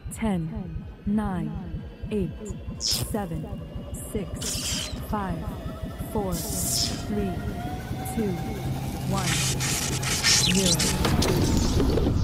10, 9, 8, 7, 6, 5, 4, 3, 2, 1, 0.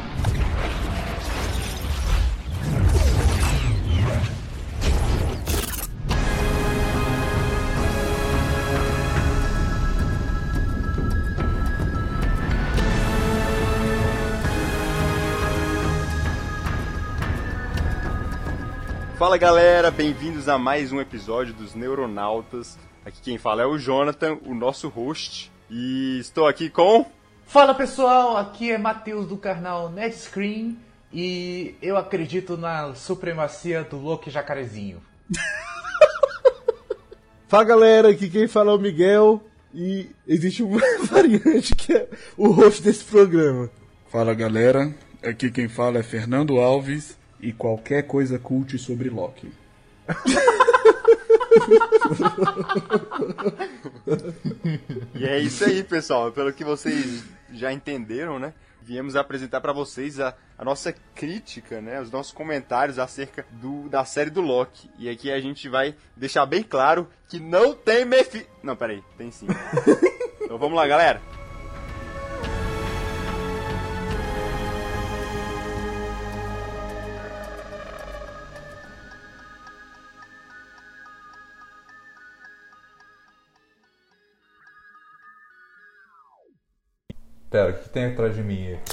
Fala galera, bem-vindos a mais um episódio dos Neuronautas. Aqui quem fala é o Jonathan, o nosso host, e estou aqui com... Fala pessoal, aqui é Matheus do canal Netscreen e eu acredito na supremacia do Loki Jacarezinho. Fala galera, aqui quem fala é o Miguel e existe uma variante que é o host desse programa. Fala galera, aqui quem fala é Fernando Alves e qualquer coisa cult sobre Loki. E é isso aí pessoal, pelo que vocês já entenderam, né? Viemos apresentar para vocês a nossa crítica, né? Os nossos comentários acerca da série do Loki. E aqui a gente vai deixar bem claro que não tem Não, peraí, tem sim. Então vamos lá galera. Pera, o que tem atrás de mim aí?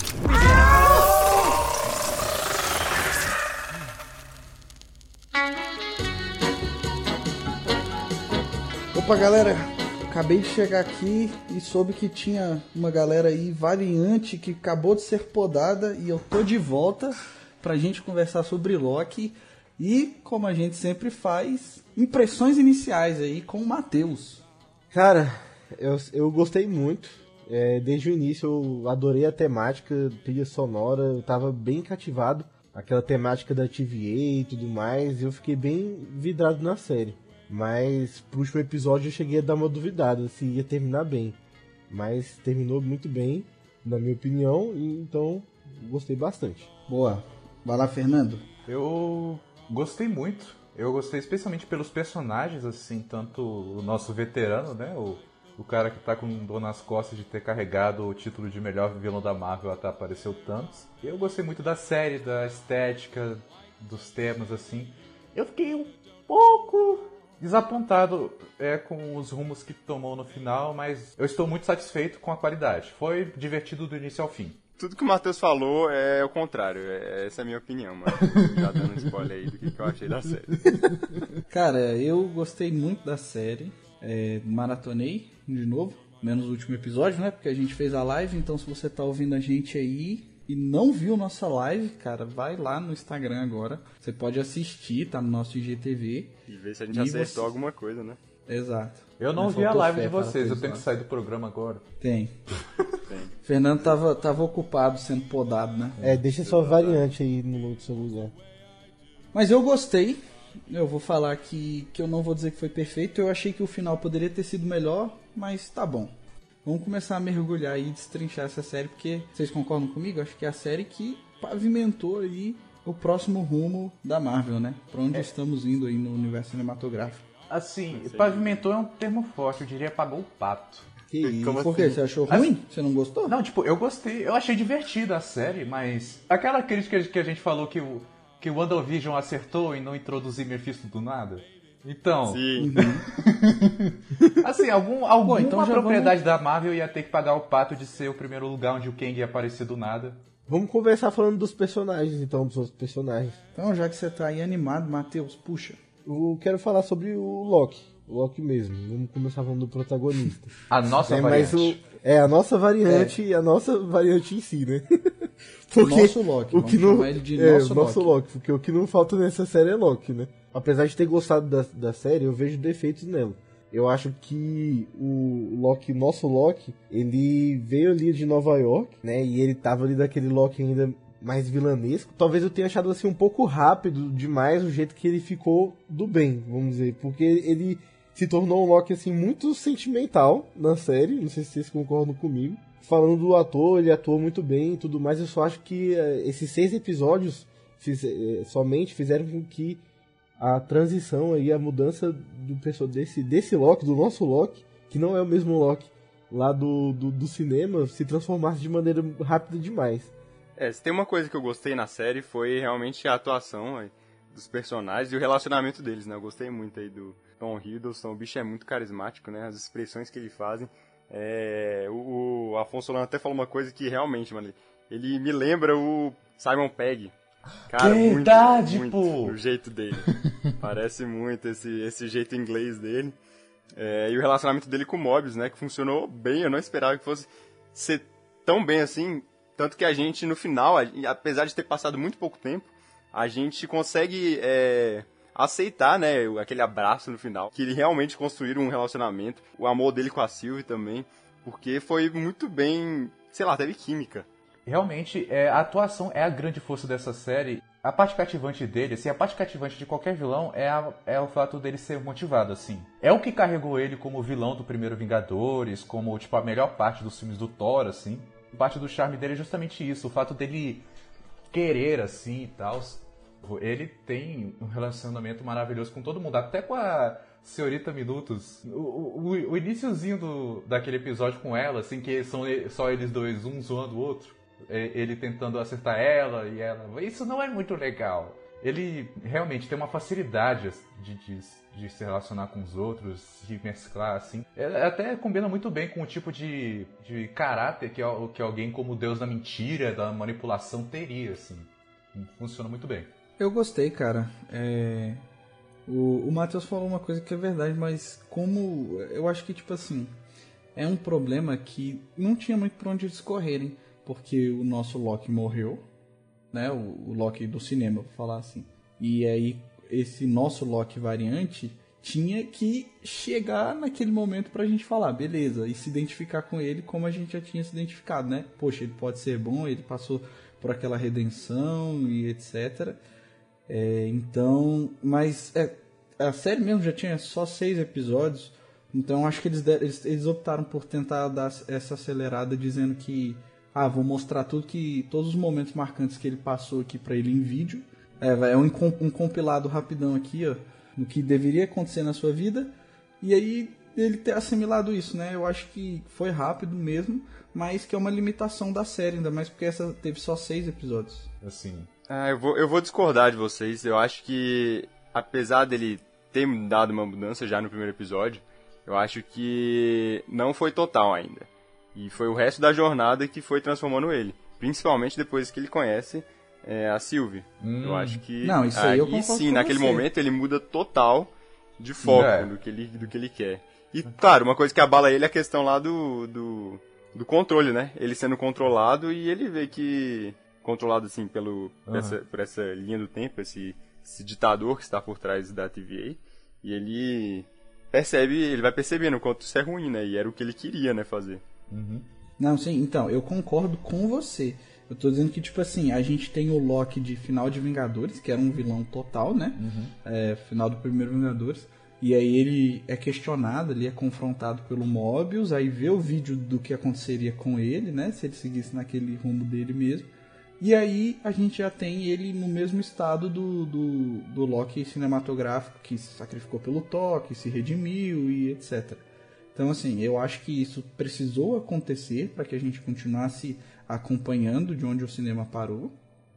Opa galera, acabei de chegar aqui e soube que tinha uma galera aí variante que acabou de ser podada e eu tô de volta pra gente conversar sobre Loki e, como a gente sempre faz, impressões iniciais aí com o Matheus. Cara, eu gostei muito. Desde o início eu adorei a temática, trilha sonora, eu tava bem cativado. Aquela temática da TVA e tudo mais, eu fiquei bem vidrado na série. Mas pro último episódio eu cheguei a dar uma duvidada se ia terminar bem. Mas terminou muito bem, na minha opinião, e então gostei bastante. Boa, vai lá Fernando. Eu gostei muito. Eu gostei especialmente pelos personagens, assim, tanto o nosso veterano, né, o cara que tá com dor nas costas de ter carregado o título de melhor vilão da Marvel até aparecer o Thanos. Eu gostei muito da série, da estética, dos temas, assim. Eu fiquei um pouco desapontado com os rumos que tomou no final, mas eu estou muito satisfeito com a qualidade. Foi divertido do início ao fim. Tudo que o Matheus falou é o contrário, essa é a minha opinião, mano. Já dando um spoiler aí do que eu achei da série. Cara, eu gostei muito da série, maratonei de novo, menos o último episódio, né? Porque a gente fez a live, então se você tá ouvindo a gente aí e não viu nossa live, cara, vai lá no Instagram agora. Você pode assistir, tá no nosso IGTV. E ver se a gente acertou alguma coisa, né? Exato. Eu não vi a live de vocês, eu tenho que sair do programa agora. Tem. Fernando tava ocupado sendo podado, né? Deixa sua variante aí no seu lugar. Mas eu gostei. Eu vou falar que eu não vou dizer que foi perfeito. Eu achei que o final poderia ter sido melhor, mas tá bom. Vamos começar a mergulhar e destrinchar essa série, porque vocês concordam comigo? Acho que é a série que pavimentou aí o próximo rumo da Marvel, né? Pra onde estamos indo aí no universo cinematográfico. Assim, pavimentou é um termo forte, eu diria pagou o pato. Que isso? Como Por quê? assim? Você achou ruim? Você não gostou? Não, tipo, eu gostei, eu achei divertida a série, mas aquela crítica que a gente falou que o WandaVision acertou em não introduzir Mephisto do nada. Então, Sim. assim, alguma então já propriedade da Marvel ia ter que pagar o pato de ser o primeiro lugar onde o Kang ia aparecer do nada. Vamos conversar falando dos personagens, então, dos outros personagens. Então, já que você tá aí animado, Matheus, puxa. Eu quero falar sobre o Loki mesmo. Vamos começar falando do protagonista. A nossa variante. A nossa variante e a nossa variante em si, né? Nosso Loki, vamos chamar ele de nosso Loki. Porque o que não falta nessa série é Loki, né? Apesar de ter gostado da série, eu vejo defeitos nela. Eu acho que o Loki, nosso Loki, ele veio ali de Nova York, né? E ele tava ali daquele Loki ainda mais vilanesco. Talvez eu tenha achado assim um pouco rápido demais o jeito que ele ficou do bem, vamos dizer. Porque ele se tornou um Loki assim muito sentimental na série. Não sei se vocês concordam comigo. Falando do ator, ele atuou muito bem e tudo mais. Eu só acho que esses 6 episódios somente fizeram com que a transição aí, a mudança desse Loki, do nosso Loki, que não é o mesmo Loki lá do cinema, se transformasse de maneira rápida demais. Se tem uma coisa que eu gostei na série foi realmente a atuação dos personagens e o relacionamento deles, né? Eu gostei muito aí do Tom Hiddleston, o bicho é muito carismático, né? As expressões que ele fazem. O Afonso Solano até falou uma coisa que realmente, mano, ele me lembra o Simon Pegg. Cara, verdade, muito, pô! O jeito dele. Parece muito esse jeito inglês dele. E o relacionamento dele com o Mobius, né? Que funcionou bem, eu não esperava que fosse ser tão bem assim. Tanto que a gente, no final, apesar de ter passado muito pouco tempo, a gente consegue aceitar, né? Aquele abraço no final. Que ele realmente construíram um relacionamento. O amor dele com a Sylvie também. Porque foi muito bem, sei lá, teve química. Realmente, a atuação é a grande força dessa série. A parte cativante dele, assim, a parte cativante de qualquer vilão é o fato dele ser motivado, assim. É o que carregou ele como vilão do primeiro Vingadores, como, tipo, a melhor parte dos filmes do Thor, assim. Parte do charme dele é justamente isso, o fato dele querer, assim, e tal. Ele tem um relacionamento maravilhoso com todo mundo, até com a Senhorita Minutos. O iniciozinho daquele episódio com ela, assim, que são só eles dois, um zoando o outro. Ele tentando acertar ela e ela... Isso não é muito legal. Ele realmente tem uma facilidade de se relacionar com os outros, de mesclar, assim. Até combina muito bem com o tipo de caráter que alguém como o Deus da mentira, da manipulação teria, assim. Funciona muito bem. Eu gostei, cara. O Matheus falou uma coisa que é verdade, mas como... Eu acho que, tipo assim... É um problema que não tinha muito pra onde eles correrem. Porque o nosso Loki morreu, né? O Loki do cinema, pra falar assim. E aí, esse nosso Loki variante tinha que chegar naquele momento pra gente falar, beleza, e se identificar com ele como a gente já tinha se identificado, né? Poxa, ele pode ser bom, ele passou por aquela redenção e etc. Então, mas a série mesmo já tinha só 6 episódios, então acho que eles optaram por tentar dar essa acelerada dizendo que vou mostrar todos os momentos marcantes que ele passou aqui pra ele em vídeo. É um compilado rapidão aqui, ó, no que deveria acontecer na sua vida. E aí ele ter assimilado isso, né? Eu acho que foi rápido mesmo, mas que é uma limitação da série, ainda mais porque essa teve só 6 episódios. Assim. Eu vou discordar de vocês. Eu acho que, apesar dele ter dado uma mudança já no primeiro episódio, eu acho que não foi total ainda. E foi o resto da jornada que foi transformando ele. Principalmente depois que ele conhece a Sylvie. Eu acho que... Não, isso aí eu concordo sim, com naquele você. momento ele muda total de foco do que ele quer. E, claro, uma coisa que abala ele é a questão lá do controle, né? Ele sendo controlado e ele vê que... Controlado, assim, por essa linha do tempo, esse ditador que está por trás da TVA. E ele vai percebendo o quanto isso é ruim, né? E era o que ele queria, né, fazer. Uhum. Não, sim, então, eu concordo com você. Eu tô dizendo que, tipo assim, a gente tem o Loki de final de Vingadores, que era um vilão total, né? Final do primeiro Vingadores. E aí ele é questionado, ele é confrontado pelo Mobius, aí vê o vídeo do que aconteceria com ele, né? Se ele seguisse naquele rumo dele mesmo. E aí a gente já tem ele no mesmo estado do Loki cinematográfico, que se sacrificou pelo Thor, que se redimiu e etc. Então, assim, eu acho que isso precisou acontecer para que a gente continuasse acompanhando de onde o cinema parou.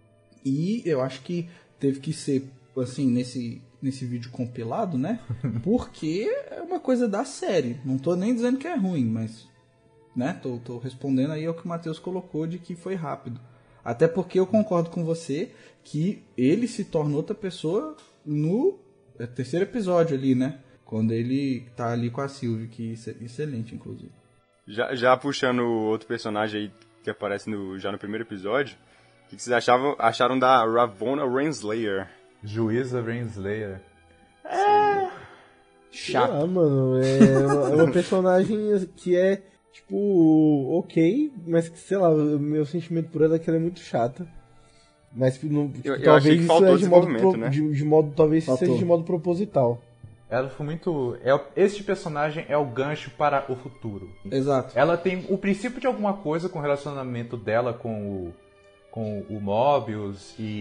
E eu acho que teve que ser, assim, nesse vídeo compilado, né? Porque é uma coisa da série. Não tô nem dizendo que é ruim, mas... né? Tô respondendo aí ao que o Matheus colocou de que foi rápido. Até porque eu concordo com você que ele se torna outra pessoa no terceiro episódio ali, né? Quando ele tá ali com a Sylvie, que é excelente, inclusive. Já puxando outro personagem aí que aparece já no primeiro episódio, o que vocês acharam da Ravonna Renslayer? Juíza Renslayer. Chato. Mano, é uma personagem que é, tipo, ok, mas que, sei lá, o meu sentimento por ela é que ela é muito chata. Mas eu achei que faltou desenvolvimento, né? Talvez seja de modo proposital. Ela foi muito... Este personagem é o gancho para o futuro. Exato. Ela tem o princípio de alguma coisa com o relacionamento dela com o Mobius e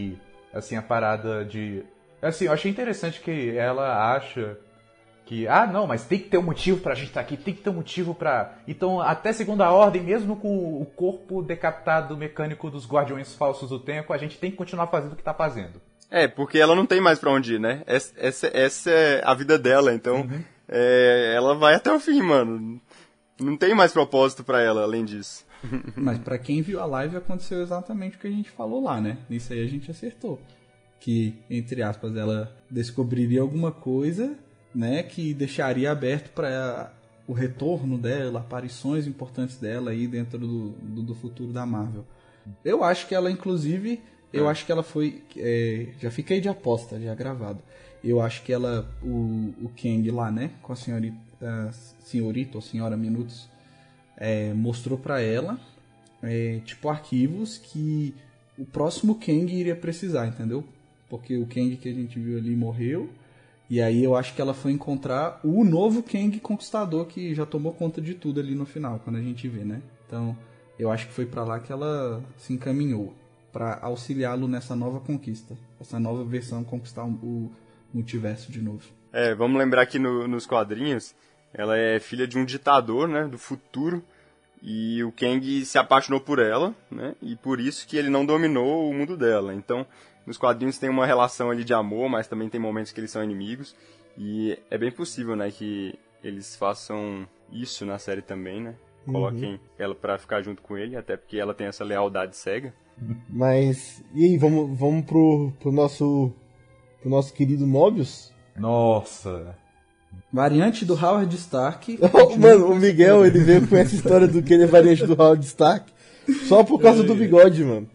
Assim, a parada de... Assim, eu achei interessante que ela acha que... não, mas tem que ter um motivo pra gente estar aqui, tem que ter um motivo pra... Então, até Segunda Ordem, mesmo com o corpo decapitado mecânico dos Guardiões Falsos do Tempo, a gente tem que continuar fazendo o que tá fazendo. Porque ela não tem mais pra onde ir, né? Essa é a vida dela, então ela vai até o fim, mano. Não tem mais propósito pra ela, além disso. Mas pra quem viu a live, aconteceu exatamente o que a gente falou lá, né? Isso aí a gente acertou. Que, entre aspas, ela descobriria alguma coisa, né? Que deixaria aberto pra o retorno dela, aparições importantes dela aí dentro do futuro da Marvel. Eu acho que ela, inclusive... Eu acho que ela foi... já fiquei de aposta, já gravado. Eu acho que ela... O Kang lá, né? Com a senhorita ou senhora Minutos... mostrou pra ela... tipo arquivos que... O próximo Kang iria precisar, entendeu? Porque o Kang que a gente viu ali morreu... E aí eu acho que ela foi encontrar o novo Kang Conquistador... Que já tomou conta de tudo ali no final... Quando a gente vê, né? Então... Eu acho que foi pra lá que ela se encaminhou... Pra auxiliá-lo nessa nova conquista. Essa nova versão, conquistar o multiverso de novo. Vamos lembrar que nos quadrinhos, ela é filha de um ditador, né, do futuro, e o Kang se apaixonou por ela, né, e por isso que ele não dominou o mundo dela. Então, nos quadrinhos tem uma relação ali de amor, mas também tem momentos que eles são inimigos, e é bem possível, né, que eles façam isso na série também, né, coloquem ela pra ficar junto com ele, até porque ela tem essa lealdade cega. Mas, e aí, vamos pro nosso querido Mobius? Nossa! Variante do Howard Stark. Mano, o Miguel, ele veio com essa história do que ele é variante do Howard Stark só por causa do bigode, mano.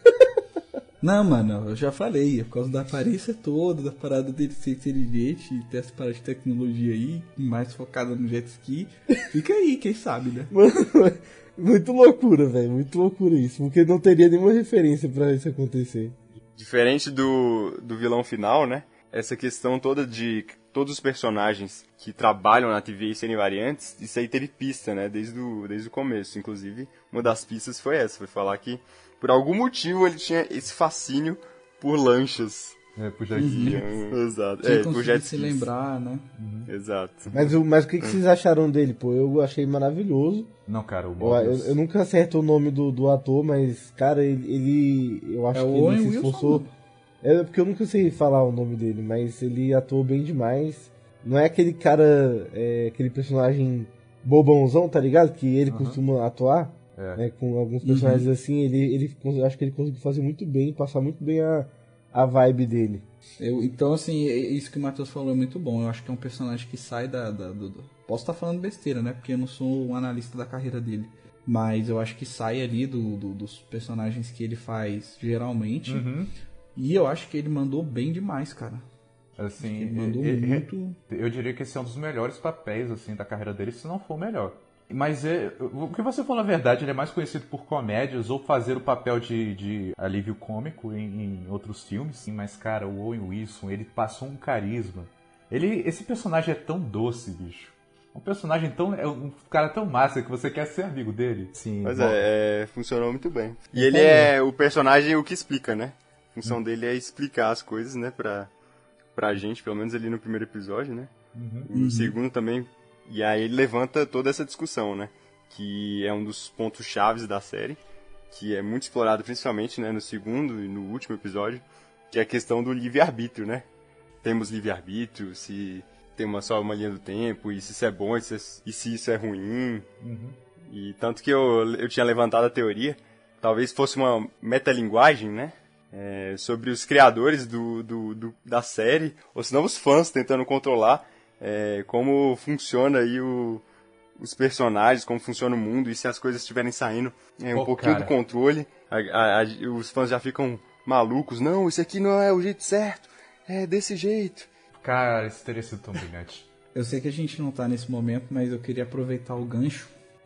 Não, mano, eu já falei, é por causa da aparência toda, da parada dele ser inteligente e ter essa parada de tecnologia aí, mais focada no jet ski. Fica aí, quem sabe, né? Mano, muito loucura, velho, muito loucura isso, porque não teria nenhuma referência pra isso acontecer. Diferente do vilão final, né? Essa questão toda de todos os personagens que trabalham na TV serem variantes, isso aí teve pista, né? Desde o começo. Inclusive, uma das pistas foi essa, foi falar que por algum motivo ele tinha esse fascínio por lanchas. Por jet ski. Exato. Por jet ski. Se lembrar, né? Exato. Mas o que vocês acharam dele, pô? Eu achei maravilhoso. Não, cara, o Mobius... eu nunca acerto o nome do ator, mas, cara, ele eu acho que ele se esforçou... porque eu nunca sei falar o nome dele, mas ele atuou bem demais. Não é aquele cara, aquele personagem bobãozão, tá ligado? Que ele costuma atuar. Né? Com alguns personagens assim, eu acho que ele conseguiu fazer muito bem, passar muito bem a vibe dele. Então, assim, isso que o Matheus falou é muito bom. Eu acho que é um personagem que sai Posso estar falando besteira, né? Porque eu não sou um analista da carreira dele. Mas eu acho que sai ali dos personagens que ele faz geralmente. E eu acho que ele mandou bem demais, cara. Assim, ele mandou muito... Eu diria que esse é um dos melhores papéis assim, da carreira dele, se não for o melhor. Mas o que você falou a verdade, ele é mais conhecido por comédias ou fazer o papel de alívio cômico em outros filmes. Sim, mas, cara, o Owen Wilson, ele passou um carisma. Esse personagem é tão doce, bicho. Um personagem um cara tão massa que você quer ser amigo dele. Sim. Mas funcionou muito bem. E ele é o personagem o que explica, né? A função dele é explicar as coisas, né, pra gente, pelo menos ali no primeiro episódio, né? No segundo também. E aí ele levanta toda essa discussão, né? Que é um dos pontos chaves da série, que é muito explorado principalmente, né, no segundo e no último episódio, que é a questão do livre-arbítrio, né? Temos livre-arbítrio, se tem só uma linha do tempo, e se isso é bom, e se isso é ruim. E tanto que eu tinha levantado a teoria, talvez fosse uma metalinguagem, né? Sobre os criadores da série, ou se não os fãs tentando controlar como funciona aí os personagens, como funciona o mundo, e se as coisas estiverem saindo um pouquinho do controle, os fãs já ficam malucos. Não, isso aqui não é o jeito certo, é desse jeito. Cara, isso teria sido tão brilhante. Eu sei que a gente não tá nesse momento, mas eu queria aproveitar o gancho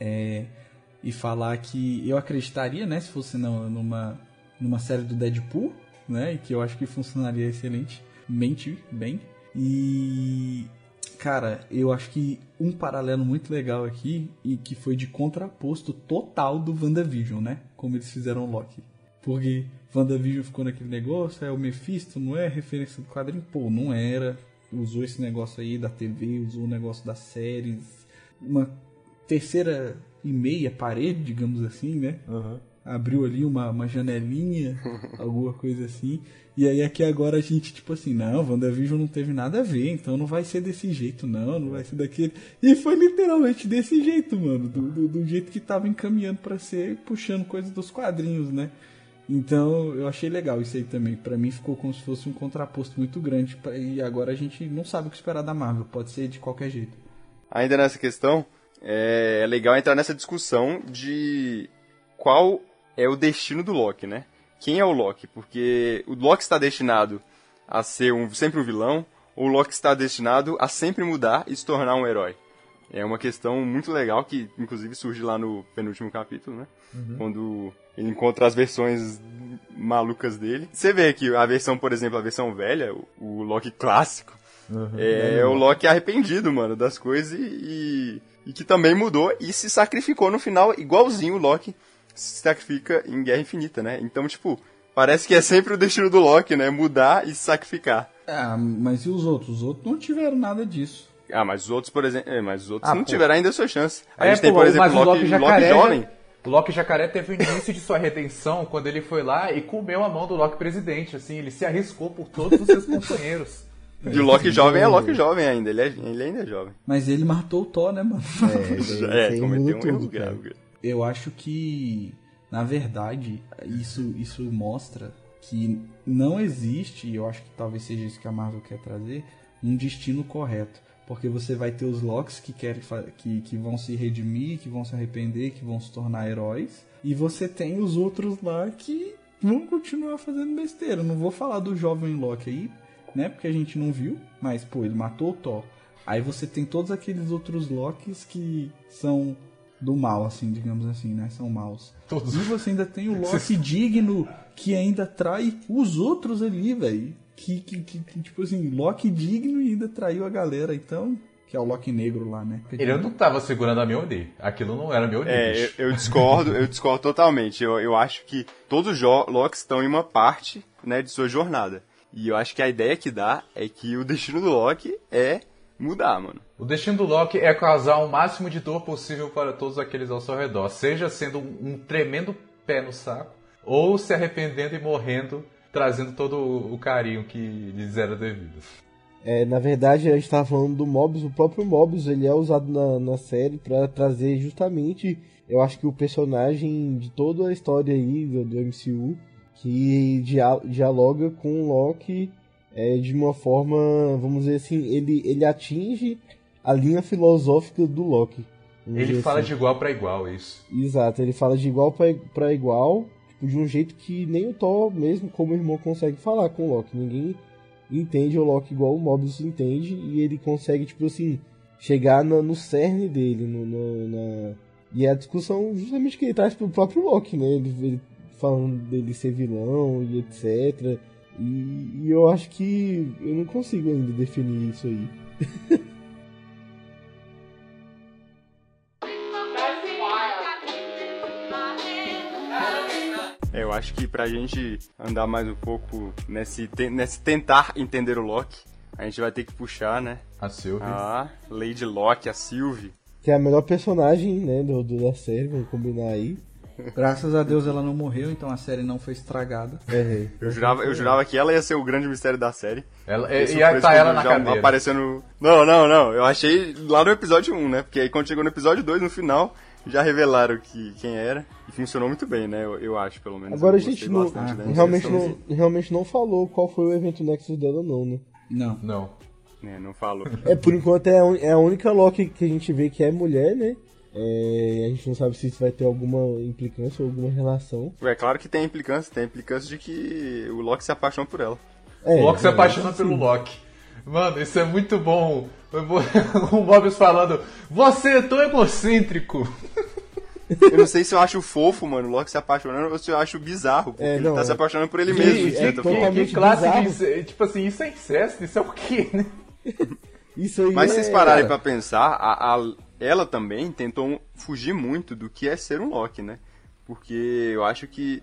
e falar que eu acreditaria, né, se fosse numa série do Deadpool, né, e que eu acho que funcionaria excelentemente bem. E, cara, eu acho que um paralelo muito legal aqui, e que foi de contraposto total do WandaVision, né, como eles fizeram o Loki. Porque WandaVision ficou naquele negócio, é o Mephisto, não é referência do quadrinho? Pô, não era. Usou esse negócio aí da TV, usou o negócio das séries. Uma terceira e meia parede, digamos assim, né? Uhum. Abriu ali uma janelinha, alguma coisa assim. E aí aqui agora a gente, tipo assim, não, WandaVision não teve nada a ver, então não vai ser desse jeito, não vai ser daquele. E foi literalmente desse jeito, mano. Do jeito que tava encaminhando pra ser, puxando coisas dos quadrinhos, né? Então eu achei legal isso aí também. Pra mim ficou como se fosse um contraposto muito grande. E agora a gente não sabe o que esperar da Marvel, pode ser de qualquer jeito. Ainda nessa questão, é legal entrar nessa discussão de qual é o destino do Loki, né? Quem é o Loki? Porque o Loki está destinado a ser sempre um vilão, ou o Loki está destinado a sempre mudar e se tornar um herói? É uma questão muito legal que, inclusive, surge lá no penúltimo capítulo, né? Quando ele encontra as versões malucas dele. Você vê que a versão, por exemplo, a versão velha, o Loki clássico, é o Loki arrependido, mano, das coisas e que também mudou e se sacrificou no final, igualzinho o Loki se sacrifica em Guerra Infinita, né? Então, tipo, parece que é sempre o destino do Loki, né? Mudar e se sacrificar. Ah, mas e os outros? Os outros não tiveram nada disso. Ah, mas os outros, por exemplo... mas os outros não tiveram ainda a sua chance. A É, gente tem, por exemplo, mas o Loki Jacaré jovem. O Loki Jacaré teve o início de sua redenção quando ele foi lá e comeu a mão do Loki presidente, assim, ele se arriscou por todos os seus companheiros. E o Loki jovem é Loki jovem ainda, ele ainda é jovem. Mas ele matou o Thor, né, mano? Cometeu um erro grave. Eu acho que, na verdade, isso mostra que não existe, e eu acho que talvez seja isso que a Marvel quer trazer, um destino correto. Porque você vai ter os Locks que vão se redimir, que vão se arrepender, que vão se tornar heróis. E você tem os outros lá que vão continuar fazendo besteira. Não vou falar do jovem Loki aí, né? Porque a gente não viu. Mas, pô, ele matou o Thor. Aí você tem todos aqueles outros Locks que são do mal, assim, digamos assim, né? São maus. Todos. E você ainda tem o Loki digno que ainda trai os outros ali, velho. Que, tipo assim, Loki digno e ainda traiu a galera, então... Que é o Loki negro lá, né? Ele não tava segurando a Mjolnir. Aquilo não era Mjolnir. Eu discordo totalmente. Eu acho que todos os Locks estão em uma parte, né, de sua jornada. E eu acho que a ideia que dá é que o destino do Loki é mudar, mano. O destino do Loki é causar o máximo de dor possível para todos aqueles ao seu redor. Seja sendo um tremendo pé no saco, ou se arrependendo e morrendo, trazendo todo o carinho que lhes era devido. Na verdade, a gente tava falando do Mobius. O próprio Mobius, ele é usado na série pra trazer justamente, eu acho que o personagem de toda a história aí do MCU, que dialoga com o Loki de uma forma, vamos dizer assim, ele atinge a linha filosófica do Loki. Ele fala assim. De igual pra igual, isso. Exato, ele fala de igual pra igual, tipo, de um jeito que nem o Thor, mesmo como irmão, consegue falar com o Loki. Ninguém entende o Loki igual o Mobius entende, e ele consegue, tipo assim, chegar no cerne dele, e a discussão justamente que ele traz pro próprio Loki, né, ele falando dele ser vilão e etc, e eu acho que eu não consigo ainda definir isso aí. Eu acho que pra gente andar mais um pouco nesse tentar entender o Loki, a gente vai ter que puxar, né? A Sylvie. A Lady Locke, a Sylvie. Que é a melhor personagem, né, da série, vamos combinar aí. Graças a Deus ela não morreu, então a série não foi estragada. Eu jurava que ela ia ser o grande mistério da série. Ia estar ela na cadeira. Aparecendo... Não. Eu achei lá no episódio 1, né? Porque aí quando chegou no episódio 2, no final... Já revelaram quem era e funcionou muito bem, né? Eu acho, pelo menos. Agora a gente realmente não falou qual foi o evento Nexus dela, não, né? Não. Não falou. Por enquanto é a única Loki que a gente vê que é mulher, né? A gente não sabe se isso vai ter alguma implicância ou alguma relação. É claro que tem implicância de que o Loki se apaixona por ela. O Loki se apaixona pelo Loki. Mano, isso é muito bom. O Mobius falando, você é tão egocêntrico. Eu não sei se eu acho fofo, mano, o Loki se apaixonando, ou se eu acho bizarro, porque ele tá se apaixonando por ele mesmo, de certa forma. Que classe de... Tipo assim, isso é incesto? Isso é o quê, né? Isso aí. Mas se vocês pararem pra pensar, ela também tentou fugir muito do que é ser um Loki, né? Porque eu acho que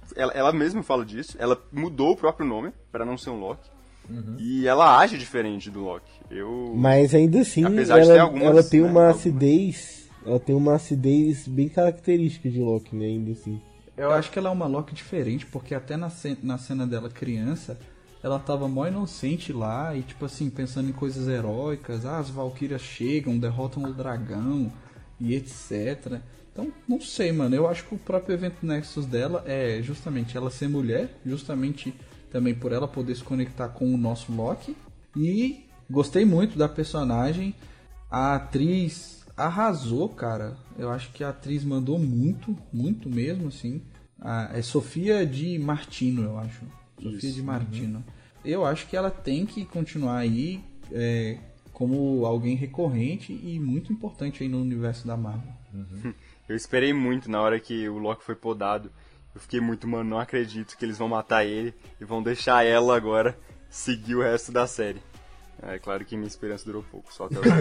ela mesma fala disso, ela mudou o próprio nome pra não ser um Loki. E ela age diferente do Loki. Mas ainda assim, apesar de ter algumas, ela tem uma né, acidez. Ela tem uma acidez bem característica de Loki, né? Ainda assim. Eu acho que ela é uma Loki diferente, porque até na cena dela criança, ela tava mó inocente lá e, tipo assim, pensando em coisas heróicas. Ah, as Valkyrias chegam, derrotam o dragão e etc. Então, não sei, mano. Eu acho que o próprio evento Nexus dela é justamente ela ser mulher, justamente também por ela poder se conectar com o nosso Loki. E gostei muito da personagem. A atriz arrasou, cara. Eu acho que a atriz mandou muito, muito mesmo, assim. É Sofia Di Martino, eu acho. Sofia Di Martino. Eu acho que ela tem que continuar aí como alguém recorrente e muito importante aí no universo da Marvel. Eu esperei muito na hora que o Loki foi podado. Eu fiquei muito, mano, não acredito que eles vão matar ele e vão deixar ela agora seguir o resto da série. É claro que minha esperança durou pouco, só até os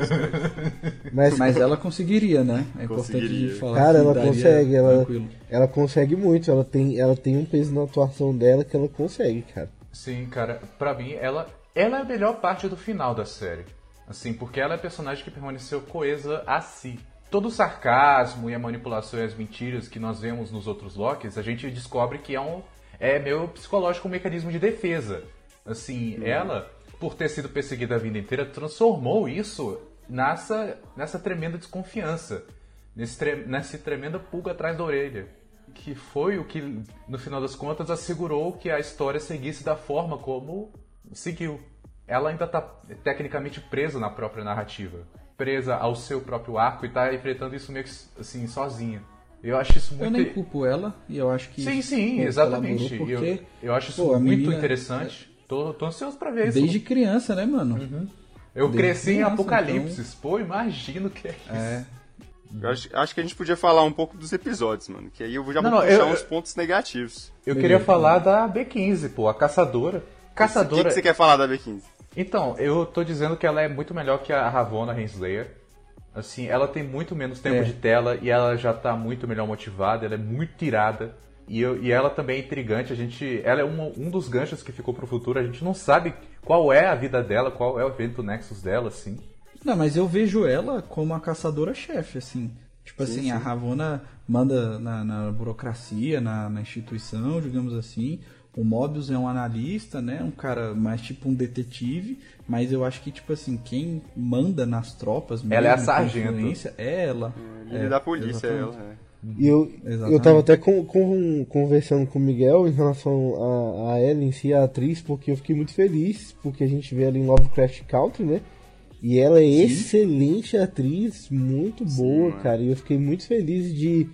Mas ela conseguiria, né? É Conseguiria. importante falar. Cara, que ela daria consegue, tranquilo. ela consegue muito, ela tem um peso na atuação dela que ela consegue, cara. Sim, cara, pra mim, ela é a melhor parte do final da série. Assim, porque ela é a personagem que permaneceu coesa a si. Todo o sarcasmo e a manipulação e as mentiras que nós vemos nos outros Lokis, a gente descobre que é meio psicológico um mecanismo de defesa. Assim, ela, por ter sido perseguida a vida inteira, transformou isso nessa tremenda desconfiança, nessa tremenda pulga atrás da orelha. Que foi o que, no final das contas, assegurou que a história seguisse da forma como seguiu. Ela ainda está tecnicamente presa na própria narrativa, presa ao seu próprio arco e está enfrentando isso meio que assim, sozinha. Eu acho isso muito... Eu nem culpo ela e eu acho que... Sim, exatamente. Porque, eu acho isso muito menina, interessante. Tô ansioso pra ver isso. Desde criança, né, mano? Eu desde cresci em criança, Apocalipse. então... Pô, imagino que é isso. Eu acho que a gente podia falar um pouco dos episódios, mano. Que aí eu vou puxar uns pontos negativos. Eu queria falar da B15, pô, a Caçadora. O que você quer falar da B15? Então, eu tô dizendo que ela é muito melhor que a Ravonna Renslayer. Assim, ela tem muito menos tempo de tela e ela já tá muito melhor motivada, ela é muito irada. E ela também é intrigante, ela é um dos ganchos que ficou pro futuro, a gente não sabe qual é a vida dela, qual é o evento Nexus dela, assim. Não, mas eu vejo ela como a caçadora-chefe, assim. Tipo assim, sim. A Ravonna manda na burocracia, na instituição, digamos assim. O Mobius é um analista, né? Um cara mais tipo um detetive. Mas eu acho que, tipo assim, quem manda nas tropas... Ela é a sargento. É ela. Líder da polícia, é ela. E eu tava até conversando com o Miguel em relação a ela em si, a atriz, porque eu fiquei muito feliz, porque a gente vê ela em Lovecraft Country, né? E ela é excelente atriz, muito boa, cara. E eu fiquei muito feliz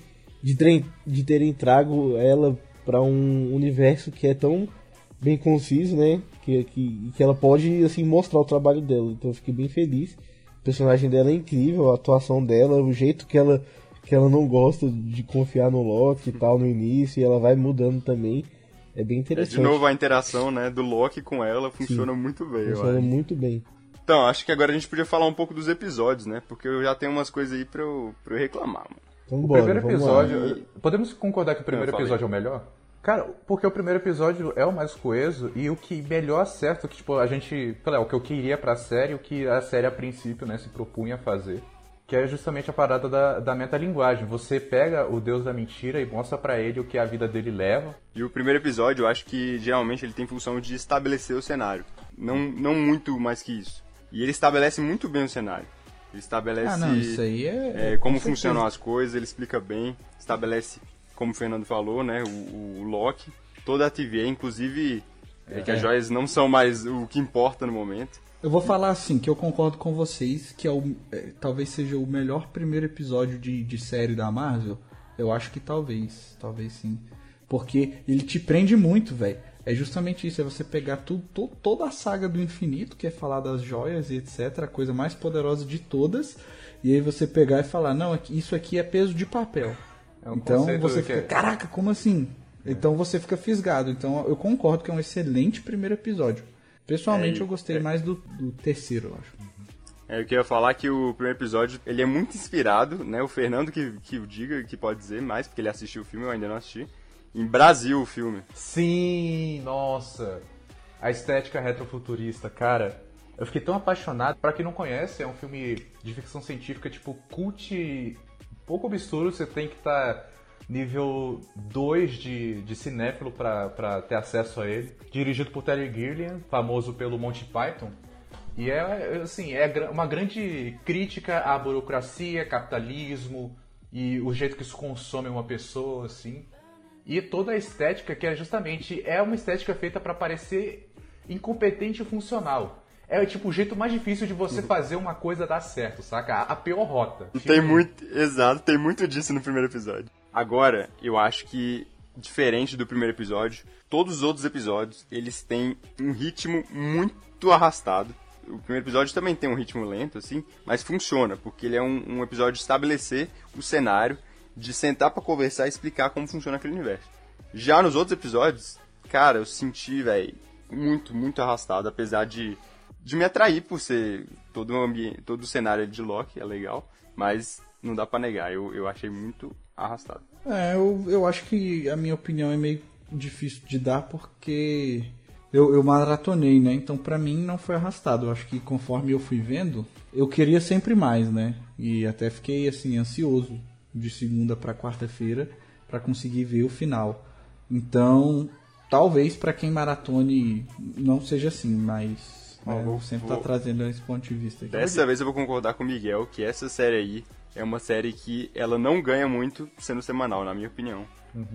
de terem trago ela pra um universo que é tão bem conciso, né? Que ela pode, assim, mostrar o trabalho dela. Então eu fiquei bem feliz. O personagem dela é incrível, a atuação dela, o jeito que ela não gosta de confiar no Loki e tal no início, e ela vai mudando também. É bem interessante. De novo, a interação, né, do Loki com ela funciona muito bem. Funciona muito bem. Então, acho que agora a gente podia falar um pouco dos episódios, né? Porque eu já tenho umas coisas aí pra eu reclamar, mano. Então, o primeiro episódio... Podemos concordar que o primeiro episódio é o melhor? Cara, porque o primeiro episódio é o mais coeso e o que melhor acerta, que tipo, a gente... o que eu queria pra série, o que a série a princípio, né, se propunha a fazer. Que é justamente a parada da metalinguagem. Você pega o deus da mentira e mostra pra ele o que a vida dele leva. E o primeiro episódio, eu acho que geralmente ele tem função de estabelecer o cenário. Não muito mais que isso. E ele estabelece muito bem o cenário. Ele estabelece isso aí como funcionam as coisas, ele explica bem, estabelece, como o Fernando falou, né, o Loki, toda a TVA, inclusive que as joias não são mais o que importa no momento. Eu vou falar assim, que eu concordo com vocês, que talvez seja o melhor primeiro episódio de série da Marvel. Eu acho que talvez sim. Porque ele te prende muito, velho. É justamente isso, é você pegar toda a saga do infinito, que é falar das joias e etc, a coisa mais poderosa de todas, e aí você pegar e falar, não, isso aqui é peso de papel. Então você fica, caraca, como assim? Então você fica fisgado. Então eu concordo que é um excelente primeiro episódio. Pessoalmente eu gostei mais do terceiro, eu acho. Eu queria falar que o primeiro episódio, ele é muito inspirado, né? O Fernando que o diga, que pode dizer mais, porque ele assistiu o filme, eu ainda não assisti. em Brasil o filme. Sim, nossa. A estética retrofuturista, cara. Eu fiquei tão apaixonado. Pra quem não conhece, é um filme de ficção científica, tipo, cult, pouco obscuro. Você tem que estar nível 2 de cinéfilo pra ter acesso a ele. Dirigido por Terry Gilliam, famoso pelo Monty Python. E assim, é uma grande crítica à burocracia, capitalismo e o jeito que isso consome uma pessoa, assim. E toda a estética que é uma estética feita pra parecer incompetente e funcional. É tipo o jeito mais difícil de você fazer uma coisa dar certo, saca? A pior rota. Tem muito disso no primeiro episódio. Agora, eu acho que, diferente do primeiro episódio, todos os outros episódios, eles têm um ritmo muito arrastado. O primeiro episódio também tem um ritmo lento, assim, mas funciona, porque ele é um episódio de estabelecer o cenário, de sentar pra conversar e explicar como funciona aquele universo. Já nos outros episódios, cara, eu senti, velho, muito, muito arrastado, apesar de me atrair por ser todo o cenário de Loki, é legal, mas não dá pra negar, eu achei muito arrastado. Eu acho que a minha opinião é meio difícil de dar porque eu maratonei, né? Então pra mim não foi arrastado. Eu acho que conforme eu fui vendo, eu queria sempre mais, né? E até fiquei assim ansioso de segunda pra quarta-feira pra conseguir ver o final. Então, talvez pra quem maratone não seja assim, mas eu sempre tá trazendo esse ponto de vista aqui. Dessa vez eu vou concordar com o Miguel que essa série aí é uma série que ela não ganha muito sendo semanal, na minha opinião.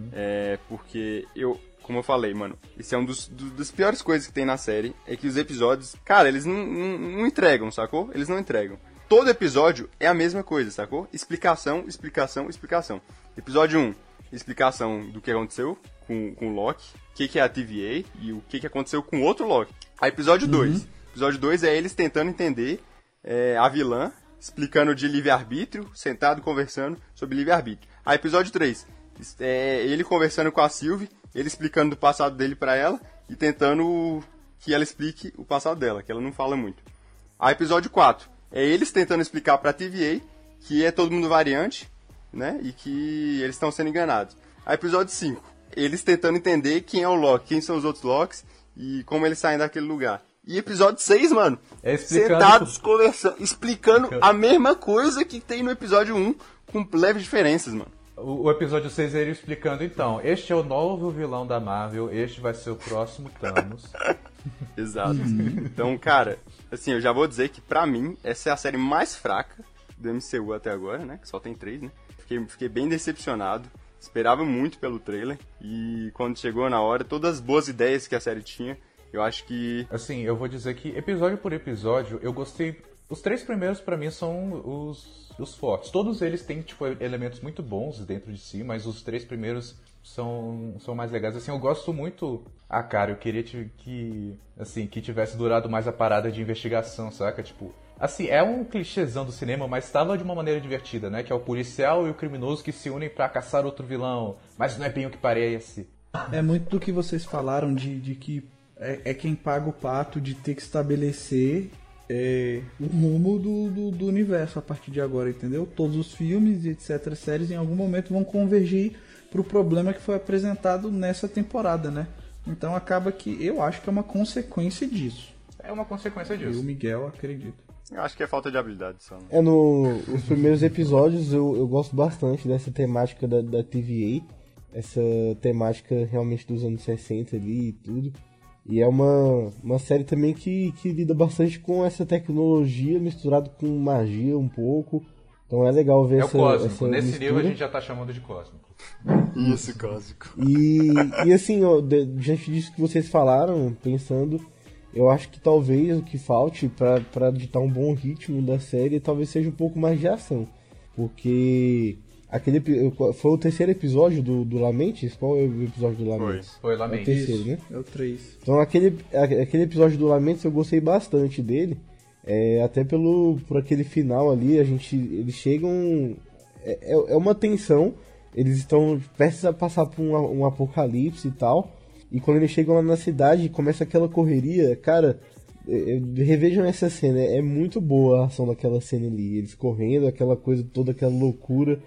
Porque como eu falei, mano, isso é um das piores coisas que tem na série, é que os episódios, cara, eles não entregam, sacou? Eles não entregam. Todo episódio é a mesma coisa, sacou? Explicação, explicação, explicação. Episódio 1, explicação do que aconteceu com o Loki, o que é a TVA e o que aconteceu com outro Loki. Aí episódio 2. Episódio 2 é eles tentando entender a vilã, explicando de livre-arbítrio, sentado conversando sobre livre-arbítrio. Aí episódio 3, ele conversando com a Sylvie, ele explicando do passado dele pra ela e tentando que ela explique o passado dela, que ela não fala muito. Aí episódio 4, é eles tentando explicar pra TVA que é todo mundo variante, né, e que eles estão sendo enganados. Aí episódio 5, eles tentando entender quem é o Loki, quem são os outros Lokis e como eles saem daquele lugar. E episódio 6, mano, sentados conversando, explicando a mesma coisa que tem no episódio 1, com leves diferenças, mano. O episódio 6 é ele explicando, então, este é o novo vilão da Marvel, este vai ser o próximo Thanos. Exato. Então, cara, assim, eu já vou dizer que pra mim, essa é a série mais fraca do MCU até agora, né, que só tem 3, né. Fiquei bem decepcionado, esperava muito pelo trailer, e quando chegou na hora, todas as boas ideias que a série tinha, eu acho que... Assim, eu vou dizer que episódio por episódio, eu gostei... Os 3 primeiros pra mim são os fortes. Todos eles têm, tipo, elementos muito bons dentro de si, mas os 3 primeiros são mais legais. Assim, eu gosto muito... Ah, cara, eu queria que tivesse durado mais a parada de investigação, saca? Tipo... Assim, é um clichêzão do cinema, mas estava de uma maneira divertida, né? Que é o policial e o criminoso que se unem pra caçar outro vilão. Mas não é bem o que parece. É muito do que vocês falaram de que é quem paga o pato de ter que estabelecer o rumo do universo a partir de agora, entendeu? Todos os filmes e etc, séries em algum momento vão convergir pro problema que foi apresentado nessa temporada, né? Então acaba que eu acho que é uma consequência disso. É uma consequência disso. Eu, Miguel, acredito. Eu acho que é falta de habilidade só. Nos primeiros episódios eu gosto bastante dessa temática da TVA, essa temática realmente dos anos 60 ali e tudo. E é uma série também que lida bastante com essa tecnologia misturado com magia um pouco. Então é legal ver essa cósmico. Essa nesse mistura. nível a gente já tá chamando de cósmico. Isso, cósmico. E assim, ó, diante disso que vocês falaram, pensando, eu acho que talvez o que falte pra ditar um bom ritmo da série talvez seja um pouco mais de ação. Porque foi o terceiro episódio do Lamentes? Qual é o episódio do Lamentes? Foi É o Lamentes. terceiro, né? É o 3. Então aquele episódio do Lamentes eu gostei bastante dele. Até por aquele final ali, eles chegam... É uma tensão. Eles estão prestes a passar por um apocalipse e tal. E quando eles chegam lá na cidade, começa aquela correria. Cara, revejam essa cena. É muito boa a ação daquela cena ali. Eles correndo, aquela coisa toda, aquela loucura.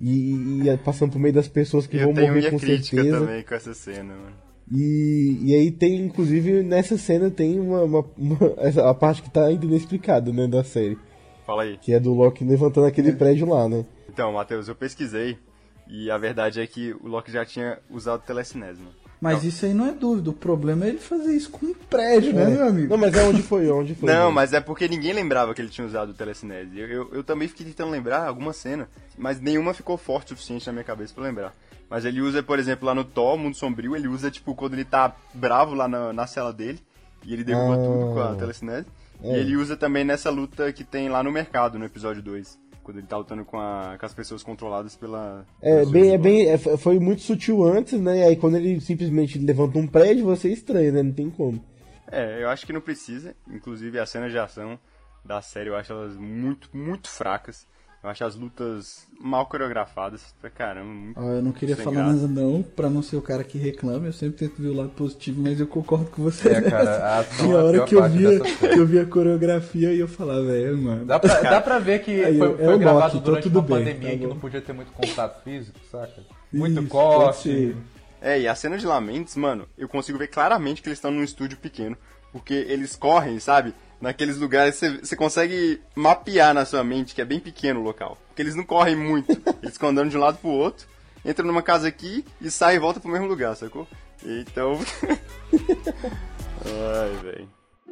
e passando por meio das pessoas que vão Eu tenho morrer minha com crítica certeza. também com essa cena, mano. E aí tem, inclusive, nessa cena tem a parte que tá ainda inexplicada, né, da série. Fala aí. Que é do Loki levantando aquele prédio lá, né? Então, Matheus, eu pesquisei e a verdade é que o Loki já tinha usado telecinese, mano. Mas isso aí não é dúvida, o problema é ele fazer isso com um prédio, né, meu amigo? Não, mas é onde foi. Não, mas é porque ninguém lembrava que ele tinha usado o telecinese. Eu também fiquei tentando lembrar alguma cena, mas nenhuma ficou forte o suficiente na minha cabeça pra lembrar. Mas ele usa, por exemplo, lá no Thor, Mundo Sombrio, ele usa, tipo, quando ele tá bravo lá na cela dele, e ele derruba tudo com a telecinese. E ele usa também nessa luta que tem lá no mercado, no episódio 2. Quando ele tá lutando com as pessoas controladas pela... Foi muito sutil antes, né? E aí quando ele simplesmente levanta um prédio, você estranha, né? Não tem como. Eu acho que não precisa. Inclusive, as cenas de ação da série, eu acho elas muito, muito fracas. Eu acho as lutas mal coreografadas pra caramba. Muito Eu não queria sem falar graça. nada não, pra não ser o cara que reclama. Eu sempre tento ver o lado positivo, mas eu concordo com você. Cara, a ação E é a hora pior que eu parte via, dessa série. que eu via a coreografia e eu falava, mano. Dá pra ver que Aí, foi é o gravado Loki, então durante tudo uma bem, pandemia tá que bom. não podia ter muito contato físico, saca? Muito Isso, corte. pode ser. E a cena de Lamentes, mano, eu consigo ver claramente que eles estão num estúdio pequeno. Porque eles correm, sabe? Naqueles lugares você consegue mapear na sua mente que é bem pequeno o local. Porque eles não correm muito. Eles ficam andando de um lado pro outro, entram numa casa aqui e saem e voltam pro mesmo lugar, sacou? Então... Ai, velho.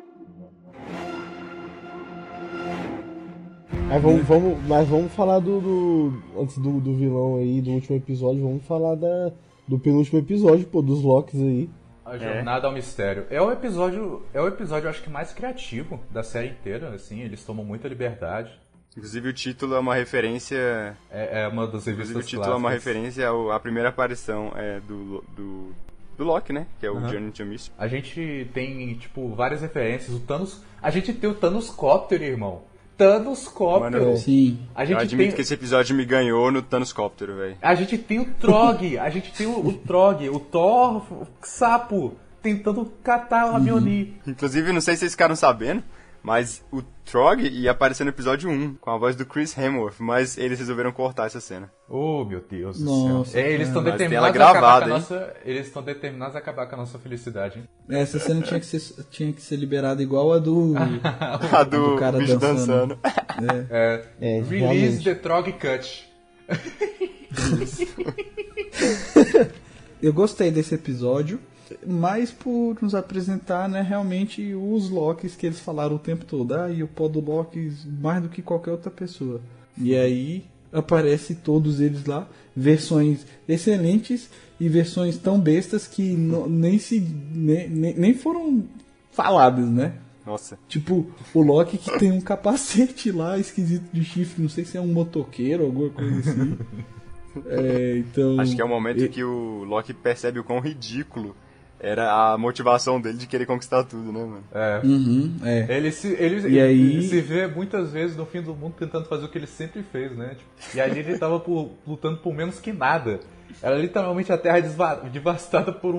Mas vamos falar antes do vilão aí, do último episódio, vamos falar do penúltimo episódio, pô, dos Locks aí. A Jornada ao Mistério. É o episódio, acho que mais criativo da série inteira, assim, eles tomam muita liberdade. Inclusive o título é uma referência... É uma das revistas Inclusive o título é uma referência à primeira aparição do Loki, né? Que é o Journey to Mystery. A gente tem, tipo, várias referências. O Thanos... A gente tem o Thanoscóptero, irmão. Thanoscóptero. Mano, Sim. A Eu gente admito tem... que esse episódio me ganhou no Thanoscóptero, velho. A gente tem o Trog, a gente tem o Trog, o Thor sapo tentando catar a Mjolnir. Inclusive, não sei se vocês ficaram sabendo, mas o Trog ia aparecer no episódio 1, com a voz do Chris Hemsworth, mas eles resolveram cortar essa cena. Oh, meu Deus do Nossa, céu. Eles estão Mas tem determinados ela a acabar com a gravada, hein? nossa... Eles estão determinados a acabar com a nossa felicidade, hein? Essa cena tinha que ser liberada igual a do... A do cara bicho dançando. dançando. Release realmente. the Trog Cut. Eu gostei desse episódio, mais por nos apresentar, né, realmente os Locks que eles falaram o tempo todo. E eu podo Loki mais do que qualquer outra pessoa. E aí aparece todos eles lá, versões excelentes e versões tão bestas que nem foram faladas, né? Nossa. Tipo, o Loki que tem um capacete lá esquisito de chifre, não sei se é um motoqueiro ou alguma coisa assim. Então, Acho que é o momento que o Loki percebe o quão ridículo era a motivação dele de querer conquistar tudo, né, mano? Ele E aí- se vê muitas vezes no fim do mundo tentando fazer o que ele sempre fez, né? Tipo, e ali ele tava lutando por menos que nada. Era literalmente a Terra devastada por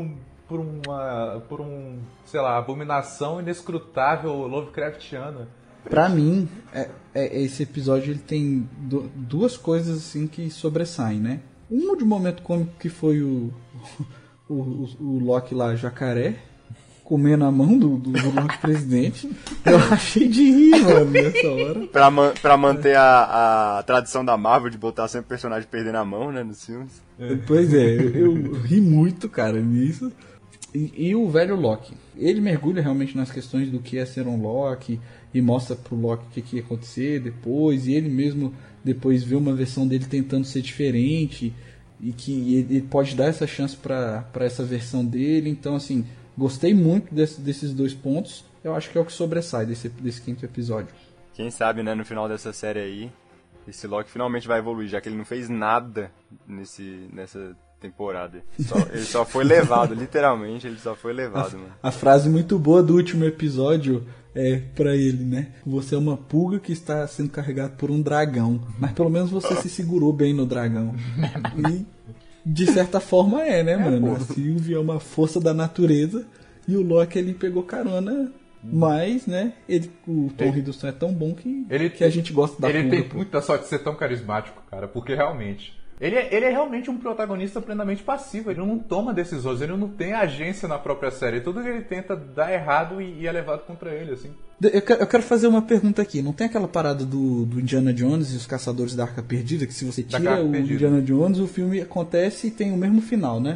sei lá, abominação inescrutável Lovecraftiana. pra mim, esse episódio ele tem duas coisas assim que sobressaem, né? Um de momento cômico que foi o Loki lá, jacaré, comendo a mão do Loki presidente. Eu achei de rir, mano, nessa hora. Pra manter a tradição da Marvel de botar sempre o personagem perdendo a mão, né, nos filmes. Pois é, eu ri muito, cara, nisso. E o velho Loki, ele mergulha realmente nas questões do que é ser um Loki e mostra pro Loki o que ia acontecer depois, e ele mesmo depois vê uma versão dele tentando ser diferente e que ele pode dar essa chance pra essa versão dele. Então, assim, gostei muito desses dois pontos. Eu acho que é o que sobressai desse quinto episódio. Quem sabe, né, no final dessa série aí, esse Loki finalmente vai evoluir, já que ele não fez nada nessa temporada. Ele só foi levado, literalmente, ele só foi levado, mano. A frase muito boa do último episódio é pra ele, né? Você é uma pulga que está sendo carregado por um dragão, mas pelo menos você se segurou bem no dragão. E de certa forma né, mano? A Sylvie é uma força da natureza e o Loki ele pegou carona, mas, né, o Tom Hiddleston é tão bom que a gente gosta da Ele pulga. tem muita sorte de ser tão carismático, cara, porque realmente Ele é realmente um protagonista plenamente passivo, ele não toma decisões, ele não tem agência na própria série. Tudo que ele tenta dá errado e é levado contra ele, assim. Eu quero fazer uma pergunta aqui. Não tem aquela parada do Indiana Jones e os Caçadores da Arca Perdida, que se você tira o Indiana Jones, o filme acontece e tem o mesmo final, né?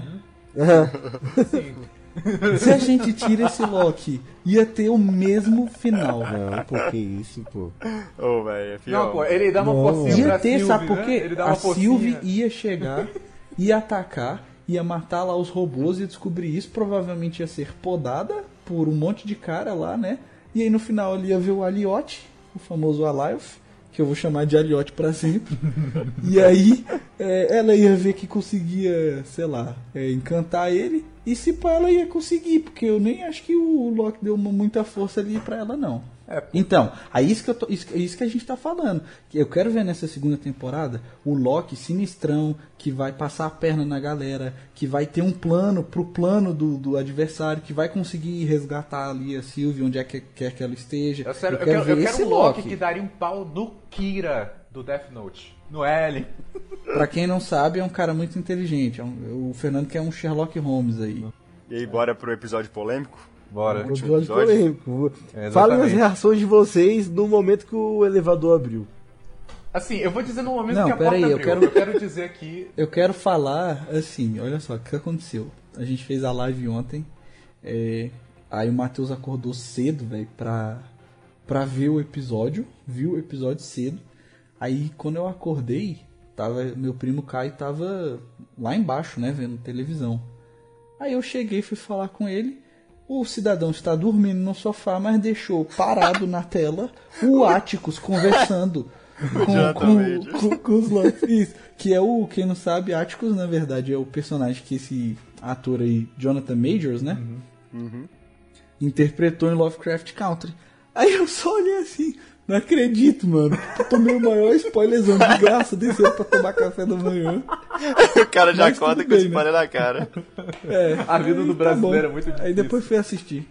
Sim. Se a gente tira esse Loki, ia ter o mesmo final. Não, pô, que isso, pô. Ô, velho, é pior. Não, pô, ele dá uma forcinha Ia pra ter, Sylvie, sabe por né? quê? Ele dá uma A forcinha. Sylvie ia chegar, ia atacar, ia matar lá os robôs, ia descobrir isso, provavelmente ia ser podada por um monte de cara lá, né? E aí no final ele ia ver o Alioth, o famoso Alioth, que eu vou chamar de Alioth pra sempre. E aí ela ia ver que conseguia, sei lá, encantar ele. E se pá, ela ia conseguir, porque eu nem acho que o Loki deu muita força ali pra ela, não. Então, aí isso que a gente tá falando. Eu quero ver nessa segunda temporada o Loki sinistrão, que vai passar a perna na galera, que vai ter um plano pro plano do adversário, que vai conseguir resgatar ali a Sylvie onde é que quer que ela esteja. Eu quero um Loki que daria um pau no Kira do Death Note. No L. Pra quem não sabe, é um cara muito inteligente. O Fernando que é um Sherlock Holmes aí. E aí, bora pro episódio polêmico? Bora. Episódio polêmico. É, falem as reações de vocês no momento que o elevador abriu. Assim, eu vou dizer no momento Não, que a porta peraí, abriu. Eu quero dizer aqui... Eu quero falar assim, olha só, o que aconteceu. A gente fez a live ontem, aí o Matheus acordou cedo, velho, pra ver o episódio, viu o episódio cedo. Aí quando eu acordei, meu primo Caio tava lá embaixo, né, vendo televisão. Aí eu cheguei, fui falar com ele. O cidadão está dormindo no sofá, mas deixou parado na tela o Atticus conversando com os Locks. Isso, que é quem não sabe, Atticus na verdade é o personagem que esse ator aí, Jonathan Majors, né? Interpretou em Lovecraft Country. Aí eu só olhei assim, não acredito, mano. Eu tomei o maior spoilerzão de graça, desceu pra tomar café da manhã. O cara já Mas acorda tudo com bem, spoiler na cara. A vida do brasileiro bom. é muito difícil. Aí depois fui assistir.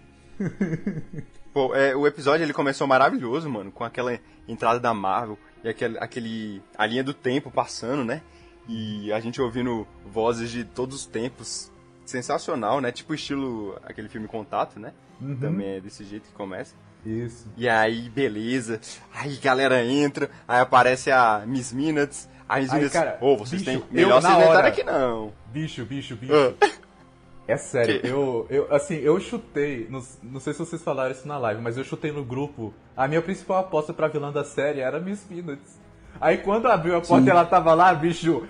Pô, o episódio ele começou maravilhoso, mano, com aquela entrada da Marvel e a linha do tempo passando, né? E a gente ouvindo vozes de todos os tempos. Sensacional, né? Tipo estilo aquele filme Contato, né? Também é desse jeito que começa. Isso. E aí, beleza. Aí galera entra, aí aparece a Miss Minutes. Aí Miss Minutes, cara, vocês bicho, têm... Melhor vocês não entrarem aqui não. Bicho. É sério, eu chutei, não sei se vocês falaram isso na live, mas eu chutei no grupo. A minha principal aposta pra vilã da série era Miss Minutes. Aí quando abriu a porta e ela tava lá, bicho,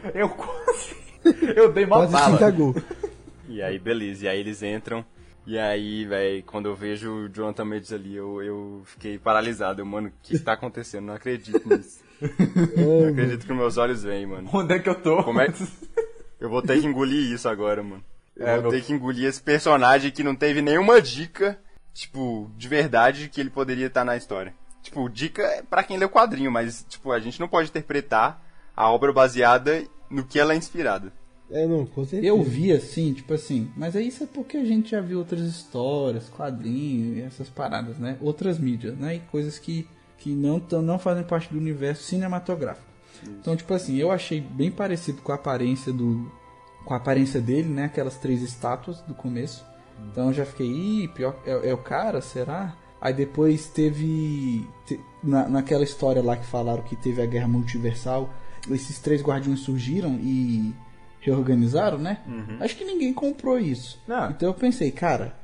eu dei uma bala. E aí, beleza, e aí eles entram. E aí, velho, quando eu vejo o Jonathan Majors ali, eu fiquei paralisado. Mano, o que tá acontecendo? Não acredito nisso. Não acredito que meus olhos veem, mano. Onde é que eu tô? Eu vou ter que engolir isso agora, mano. Eu vou ter que engolir esse personagem que não teve nenhuma dica, tipo, de verdade, que ele poderia estar na história. Tipo, dica é pra quem lê o quadrinho, mas, tipo, a gente não pode interpretar a obra baseada no que ela é inspirada. Não, com certeza. Eu vi assim, tipo assim, mas aí isso é porque a gente já viu outras histórias, quadrinhos e essas paradas, né? Outras mídias, né? E coisas que não fazem parte do universo cinematográfico. Isso. Então, tipo assim, eu achei bem parecido com a aparência dele, né? Aquelas 3 estátuas do começo. Então eu já fiquei, pior, é o cara, será? Aí depois teve naquela história lá que falaram que teve a guerra multiversal, esses 3 guardiões surgiram e reorganizaram, né? Acho que ninguém comprou isso. Então eu pensei, cara,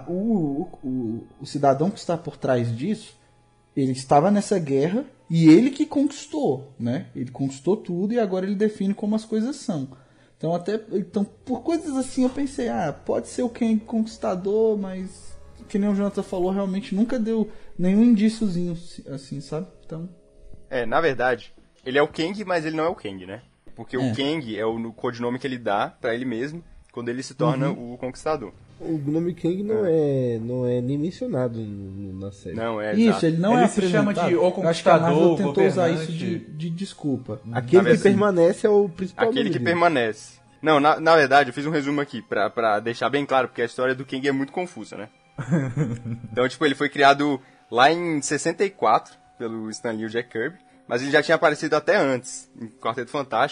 o cidadão que está por trás disso, ele estava nessa guerra e ele que conquistou, né? Ele conquistou tudo e agora ele define como as coisas são. Então por coisas assim eu pensei, pode ser o Kang Conquistador, mas que nem o Jonathan falou, realmente nunca deu nenhum indíciozinho assim, sabe? Então... na verdade, ele é o Kang, mas ele não é o Kang, né? Porque o Kang é o codinome que ele dá pra ele mesmo quando ele se torna o Conquistador. O nome Kang não é nem mencionado na série. Não, isso, exato. ele não ele é se chama de o Conquistador, acho que a Marvel tentou governante. usar isso de desculpa. Aquele que permanece é o principal. Aquele que permanece. Não, na verdade, eu fiz um resumo aqui pra deixar bem claro, porque a história do Kang é muito confusa, né? Então, tipo, ele foi criado lá em 64 pelo Stan Lee e o Jack Kirby, mas ele já tinha aparecido até antes, em Quarteto Fantástico,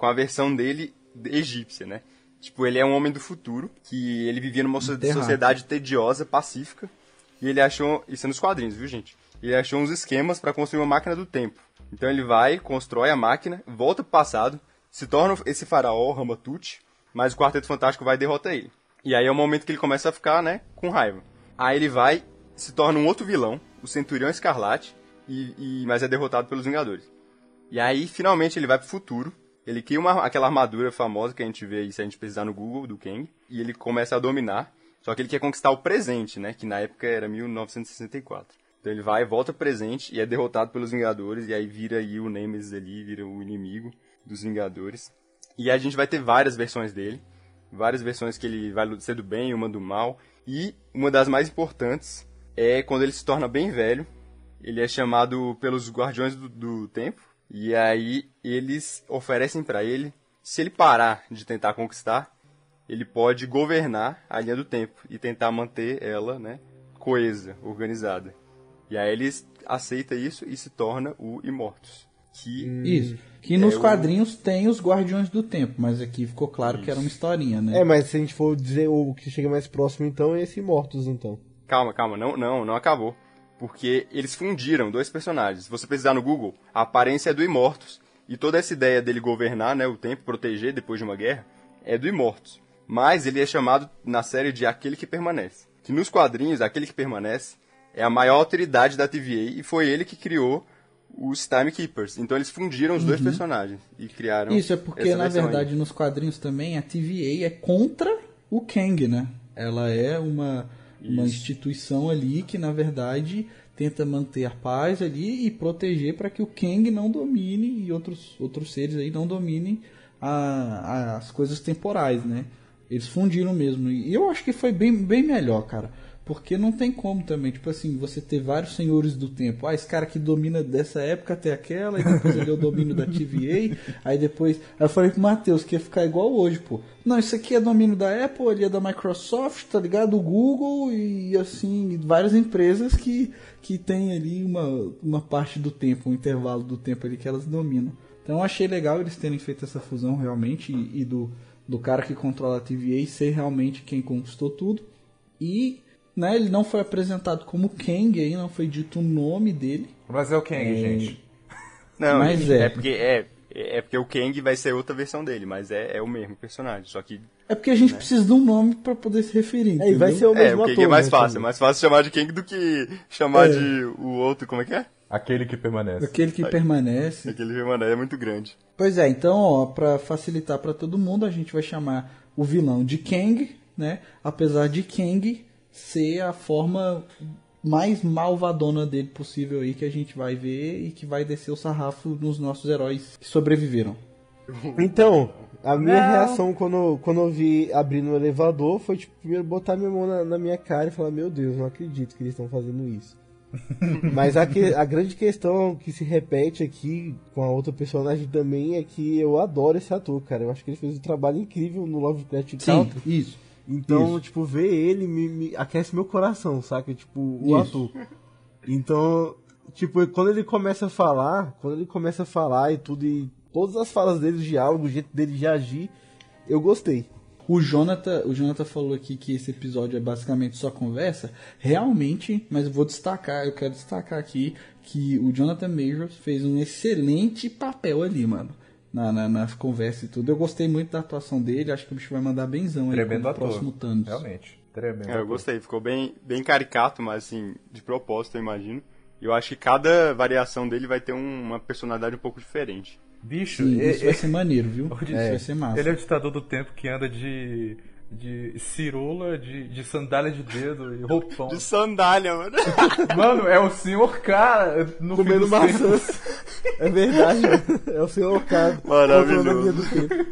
com a versão dele egípcia, né? Tipo, ele é um homem do futuro, que ele vivia numa sociedade tediosa, pacífica, e ele achou, isso é nos quadrinhos, viu, gente? Ele achou uns esquemas pra construir uma máquina do tempo. Então ele vai, constrói a máquina, volta pro passado, se torna esse faraó, Ramatut, mas o Quarteto Fantástico vai e derrota ele. E aí é o momento que ele começa a ficar, né, com raiva. Aí ele vai, se torna um outro vilão, o Centurião Escarlate, mas é derrotado pelos Vingadores. E aí, finalmente, ele vai pro futuro. Ele cria aquela armadura famosa que a gente vê aí, se a gente pesquisar no Google, do Kang. E ele começa a dominar. Só que ele quer conquistar o presente, né? Que na época era 1964. Então ele vai, volta pro presente e é derrotado pelos Vingadores. E aí vira aí o Nemesis ali, vira o inimigo dos Vingadores. E a gente vai ter várias versões dele. Várias versões que ele vai ser do bem, uma do mal. E uma das mais importantes é quando ele se torna bem velho. Ele é chamado pelos Guardiões do Tempo. E aí eles oferecem pra ele, se ele parar de tentar conquistar, ele pode governar a linha do tempo e tentar manter ela, né, coesa, organizada. E aí eles aceitam isso e se torna o Immortus. Isso. Que nos quadrinhos tem os Guardiões do Tempo, mas aqui ficou claro que era uma historinha, né? Mas se a gente for dizer o que chega mais próximo, então, é esse Immortus, então. Calma, não acabou. Porque eles fundiram dois personagens. Se você pesquisar no Google, a aparência é do Immortus. E toda essa ideia dele governar, né, o tempo, proteger depois de uma guerra, é do Immortus. Mas ele é chamado na série de Aquele que Permanece. Que nos quadrinhos, Aquele que Permanece é a maior autoridade da TVA e foi ele que criou os Timekeepers. Então eles fundiram os dois personagens e criaram. Isso é porque, na verdade, nos quadrinhos também a TVA é contra o Kang, né? Ela é uma instituição ali que, na verdade, tenta manter a paz ali e proteger para que o Kang não domine e outros seres aí não dominem as coisas temporais, né? Eles fundiram mesmo. E eu acho que foi bem melhor, cara. Porque não tem como também, tipo assim, você ter vários senhores do tempo. Esse cara que domina dessa época até aquela, e depois ele é o domínio da TVA, aí depois... Aí eu falei pro Matheus que ia ficar igual hoje, pô. Não, isso aqui é domínio da Apple, ele é da Microsoft, tá ligado? O Google e, assim, várias empresas que tem ali uma parte do tempo, um intervalo do tempo ali que elas dominam. Então eu achei legal eles terem feito essa fusão realmente e do cara que controla a TVA ser realmente quem conquistou tudo. E... né, ele não foi apresentado como Kang, aí não foi dito o nome dele. Mas é o Kang, gente. Não, mas é porque o Kang vai ser outra versão dele, mas é o mesmo personagem, só que... É porque a gente precisa de um nome pra poder se referir, e vai ser o mesmo o ator. Kang é mais fácil, mais fácil chamar de Kang do que chamar de o outro, como é que é? Aquele que permanece. Aquele que permanece. Aquele que permanece é muito grande. Pois é, então, ó, pra facilitar pra todo mundo, a gente vai chamar o vilão de Kang, né? Apesar de Kang ser a forma mais malvadona dele possível aí que a gente vai ver e que vai descer o sarrafo nos nossos heróis que sobreviveram. Então, a minha reação quando eu vi abrir no elevador foi, tipo, primeiro botar minha mão na minha cara e falar, meu Deus, não acredito que eles estão fazendo isso. Mas a grande questão que se repete aqui com a outra personagem também é que eu adoro esse ator, cara. Eu acho que ele fez um trabalho incrível no Lovecraft Country. Sim, isso. Então, tipo, ver ele me aquece meu coração, saca? Tipo, o ator. Então, tipo, quando ele começa a falar e tudo, e todas as falas dele, o diálogo, o jeito dele de agir, eu gostei. O Jonathan falou aqui que esse episódio é basicamente só conversa. Realmente, mas eu quero destacar aqui que o Jonathan Majors fez um excelente papel ali, mano. Nas conversas e tudo. Eu gostei muito da atuação dele, acho que o bicho vai mandar benzão aí Tremendo no ator. próximo Thanos. Realmente, tremendo Eu ator. gostei, ficou bem caricato, mas assim, de propósito, eu imagino. E eu acho que cada variação dele vai ter uma personalidade um pouco diferente. Bicho, Sim, isso vai ser maneiro, viu? Isso vai ser massa. Ele é o ditador do tempo que anda de cirula, de sandália de dedo e roupão. De sandália, mano. Mano, é o senhor cara no Comendo fim dos tempos. maçãs. É verdade, mano. É o senhor cara. Maravilhoso. Controlando a linha do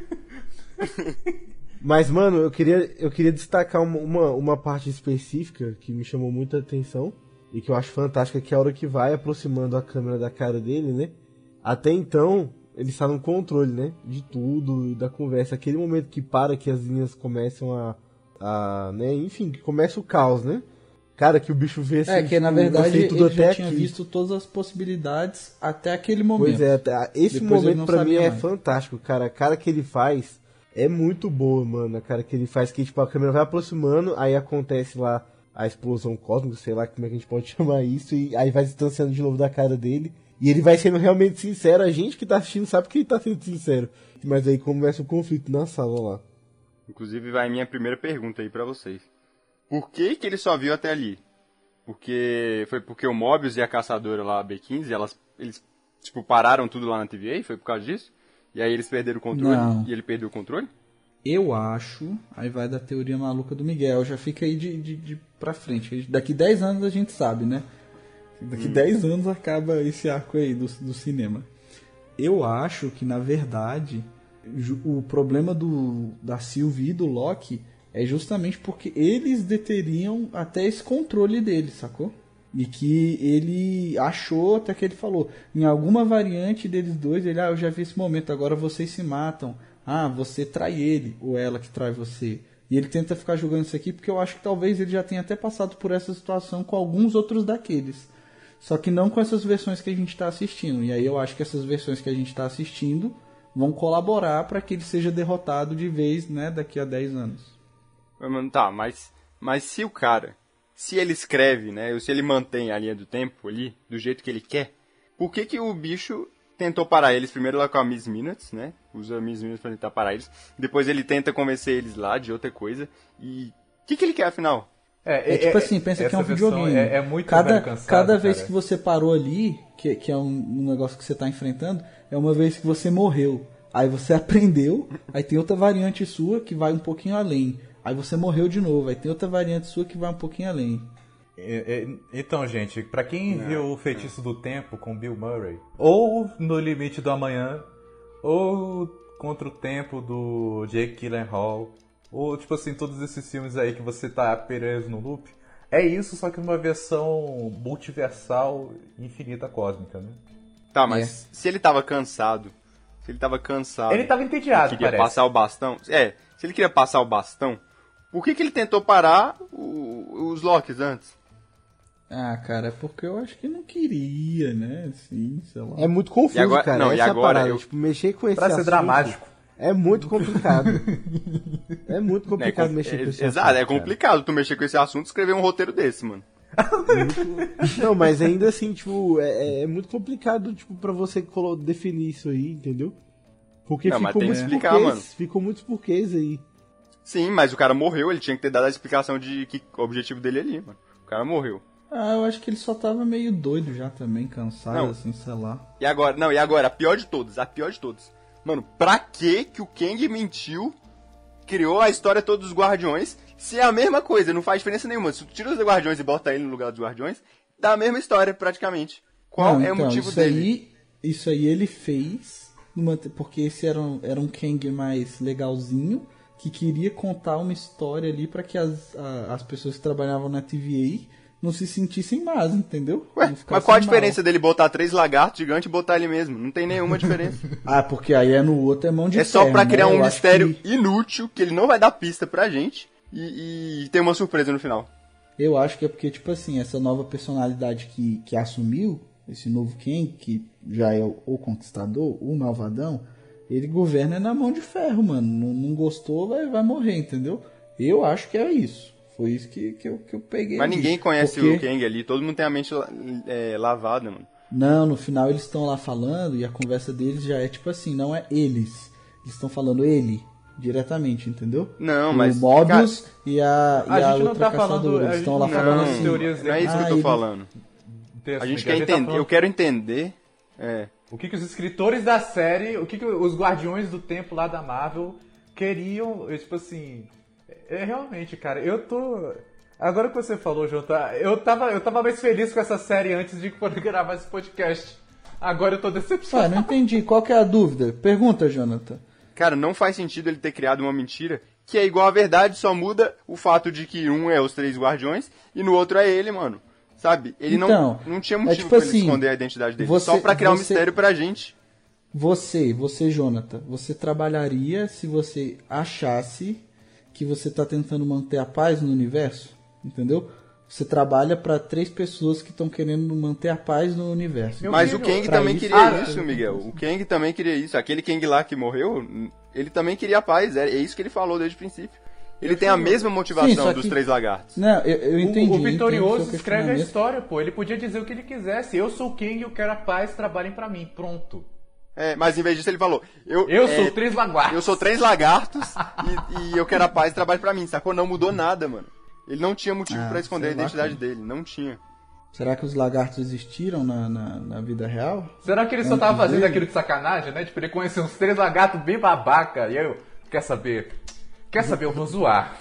tempo. Mas, mano, eu queria destacar uma parte específica que me chamou muita atenção e que eu acho fantástica, que é a hora que vai aproximando a câmera da cara dele, né? Até então, ele está no controle, né? De tudo e da conversa. Aquele momento que para, que as linhas começam né? Enfim, que começa o caos, né? Cara, que o bicho vê assim. Que na tipo, verdade você tudo ele já até tinha aqui. visto todas as possibilidades até aquele momento. Pois é, esse Depois ele momento não pra mim sabia é mais. fantástico, cara. A cara que ele faz é muito boa, mano. A cara que ele faz, que tipo, a câmera vai aproximando, aí acontece lá a explosão cósmica, sei lá como é que a gente pode chamar isso, e aí vai se distanciando de novo da cara dele. E ele vai sendo realmente sincero. A gente que tá assistindo sabe que ele tá sendo sincero. Mas aí começa o conflito na sala lá. Inclusive vai a minha primeira pergunta aí pra vocês. Por que ele só viu até ali? Foi porque o Mobius e a caçadora lá, a B15, eles tipo, pararam tudo lá na TVA? Foi por causa disso? E aí eles perderam o controle? Não. E ele perdeu o controle? Eu acho, aí vai da teoria maluca do Miguel, já fica aí de pra frente. Daqui 10 anos a gente sabe, né? Daqui 10 anos acaba esse arco aí do cinema. Eu acho que, na verdade, o problema da Sylvie e do Loki é justamente porque eles deteriam até esse controle dele, sacou? E que ele achou, até que ele falou, em alguma variante deles dois, ele, eu já vi esse momento, agora vocês se matam. Você trai ele, ou ela que trai você. E ele tenta ficar jogando isso aqui porque eu acho que talvez ele já tenha até passado por essa situação com alguns outros daqueles. Só que não com essas versões que a gente está assistindo. E aí eu acho que essas versões que a gente está assistindo vão colaborar para que ele seja derrotado de vez, né, daqui a 10 anos. Tá, mas se o cara, se ele escreve, né, ou se ele mantém a linha do tempo ali, do jeito que ele quer, por que o bicho tentou parar eles primeiro lá com a Miss Minutes, né, usa a Miss Minutes pra tentar parar eles, depois ele tenta convencer eles lá de outra coisa, e o que ele quer afinal? Tipo assim, pensa que é um videogame. É muito cansado, cada vez cara. que você parou ali, que é um negócio que você está enfrentando, é uma vez que você morreu. Aí você aprendeu, aí tem outra variante sua que vai um pouquinho além. Aí você morreu de novo, aí tem outra variante sua que vai um pouquinho além. Então, gente, pra quem viu o Feitiço do Tempo com Bill Murray, ou No Limite do Amanhã, ou Contra o Tempo do Jake Gyllenhaal, ou tipo assim, todos esses filmes aí que você tá preso no loop, é isso, só que numa versão multiversal infinita cósmica, né? Tá, mas se ele tava cansado, ele tava entediado, queria parece. passar o bastão, se ele queria passar o bastão, por que ele tentou parar os Locks antes? Cara, é porque eu acho que não queria, né? Assim, sei lá. É muito confuso, agora- cara. não, Essa e é a agora parada. eu- Tipo, mexer com esse Pra ser assunto dramático. é muito complicado. É muito complicado mexer com esse Exato, assunto. é complicado tu mexer com esse assunto e escrever um roteiro desse, mano. Não, mas ainda assim, tipo, é muito complicado, tipo, pra você definir isso aí, entendeu? Porque Não, mas ficou tem que muitos explicar, porquês, mano. ficou muitos porquês aí. Sim, mas o cara morreu, ele tinha que ter dado a explicação de que o objetivo dele ali, mano. O cara morreu. Eu acho que ele só tava meio doido já também, cansado, Não. assim, sei lá. E agora, a pior de todos. Mano, pra que o Kang mentiu, criou a história toda dos Guardiões, se é a mesma coisa, não faz diferença nenhuma. Se tu tira os Guardiões e bota ele no lugar dos Guardiões, dá a mesma história, praticamente. Qual Não, é o então, motivo isso dele? Isso aí ele fez, porque esse era um Kang mais legalzinho, que queria contar uma história ali pra que as pessoas que trabalhavam na TVA não se sentissem más, entendeu? Ué, Não mas ficassem qual a mal. diferença dele botar 3 lagartos gigantes e botar ele mesmo? Não tem nenhuma diferença. Porque aí no outro é mão de É ferro, só pra né? criar um Eu acho mistério que- inútil, que ele não vai dar pista pra gente, e ter uma surpresa no final. Eu acho que é porque, tipo assim, essa nova personalidade que assumiu, esse novo Kang, que já é o Conquistador, o Malvadão, ele governa na mão de ferro, mano. Não gostou, vai morrer, entendeu? Eu acho que é isso. Foi isso que eu peguei. Mas ali. ninguém conhece Porque- o Kang ali, todo mundo tem a mente lavada, mano. Não, no final eles estão lá falando e a conversa deles já é tipo assim, não é eles. Eles estão falando ele, diretamente, entendeu? Não, mas, O Mobius e a gente não outra tá falando- caçadora. a Eles gente estão lá não- falando Não, assim. teorias não é isso que eu tô ele- falando. A gente quer entender, eu quero entender. O que os escritores da série, o que os Guardiões do Tempo lá da Marvel queriam, tipo assim... Realmente, cara, eu tô... Agora que você falou, Jonathan, eu tava mais feliz com essa série antes de poder gravar esse podcast. Agora eu tô decepcionado. Não entendi. Qual que é a dúvida? Pergunta, Jonathan. Cara, não faz sentido ele ter criado uma mentira que é igual à verdade, só muda o fato de que um é os 3 Guardiões e no outro é ele, mano. Sabe? Ele Então, não tinha é motivo tipo pra ele assim, esconder a identidade dele. você- Só pra criar um você- mistério pra gente. Você, Jonathan, você trabalharia se você achasse que você tá tentando manter a paz no universo? Entendeu? Você trabalha pra 3 pessoas que estão querendo manter a paz no universo. Mas o Kang pra também isso- queria isso, Miguel. O Kang também queria isso. Aquele Kang lá que morreu, ele também queria a paz. É isso que ele falou desde o princípio. Ele tem a mesma motivação Sim, só dos que- 3 lagartos. Não, eu entendi. O entendo Vitorioso seu escreve a questionamento. história, pô. Ele podia dizer o que ele quisesse. Eu sou o Kang, eu quero a paz, trabalhem pra mim. Pronto. Mas em vez disso ele falou... Eu sou 3 lagartos. Eu sou 3 lagartos e eu quero a paz, trabalhe pra mim, sacou? Não mudou nada, mano. Ele não tinha motivo pra esconder a sei lá, identidade cara. dele, não tinha. Será que os lagartos existiram na vida real? Será que ele só tava fazendo aquilo de sacanagem, né? Tipo, ele conheceu uns 3 lagartos bem babaca. E eu, quer saber? Eu vou zoar.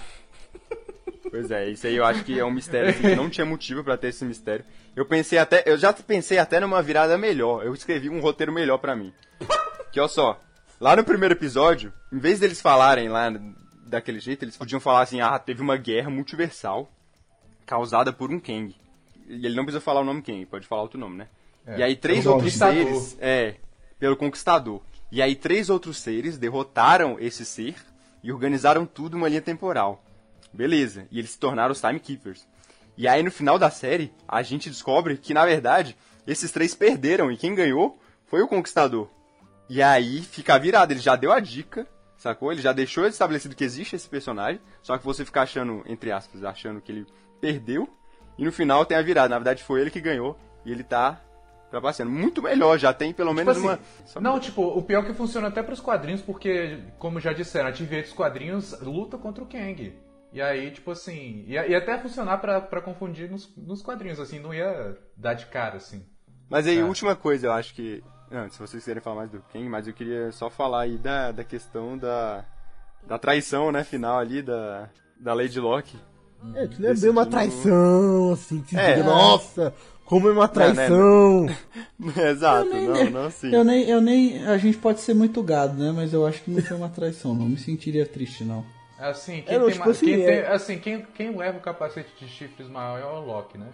Pois é, isso aí eu acho que é um mistério, assim, que não tinha motivo pra ter esse mistério. Eu já pensei até numa virada melhor, eu escrevi um roteiro melhor pra mim. Que, olha só, lá no primeiro episódio, em vez deles falarem lá daquele jeito, eles podiam falar assim, teve uma guerra multiversal causada por um Kang. E ele não precisa falar o nome Kang, pode falar outro nome, né? E aí 3 pelo outros seres... pelo Conquistador. E aí 3 outros seres derrotaram esse ser e organizaram tudo numa linha temporal. Beleza, e eles se tornaram os Timekeepers. E aí no final da série, a gente descobre que, na verdade, esses 3 perderam e quem ganhou foi o Conquistador. E aí fica virado, ele já deu a dica, sacou? Ele já deixou estabelecido que existe esse personagem, só que você fica achando, entre aspas, achando que ele perdeu, e no final tem a virada. Na verdade foi ele que ganhou, e ele tá trapaceando. Muito melhor, já tem pelo menos Tipo uma... assim, não, tipo, o pior é que funciona até pros quadrinhos, porque, como já disseram, a TVA dos quadrinhos luta contra o Kang. E aí, tipo assim, ia até funcionar pra confundir nos quadrinhos, assim, não ia dar de cara, assim. Mas aí, última coisa, eu acho que... Não, se vocês quiserem falar mais do Kang, mas eu queria só falar aí da questão da traição, né, final ali, da Lady Locke. Que não é bem uma traição, assim, que É. diga, nossa, como é uma traição. Exato, não assim. Eu nem. A gente pode ser muito gado, né? Mas eu acho que não foi uma traição, não. Me sentiria triste, não. Assim, não, tem tipo assim, quem leva o capacete de chifres maior é o Loki, né?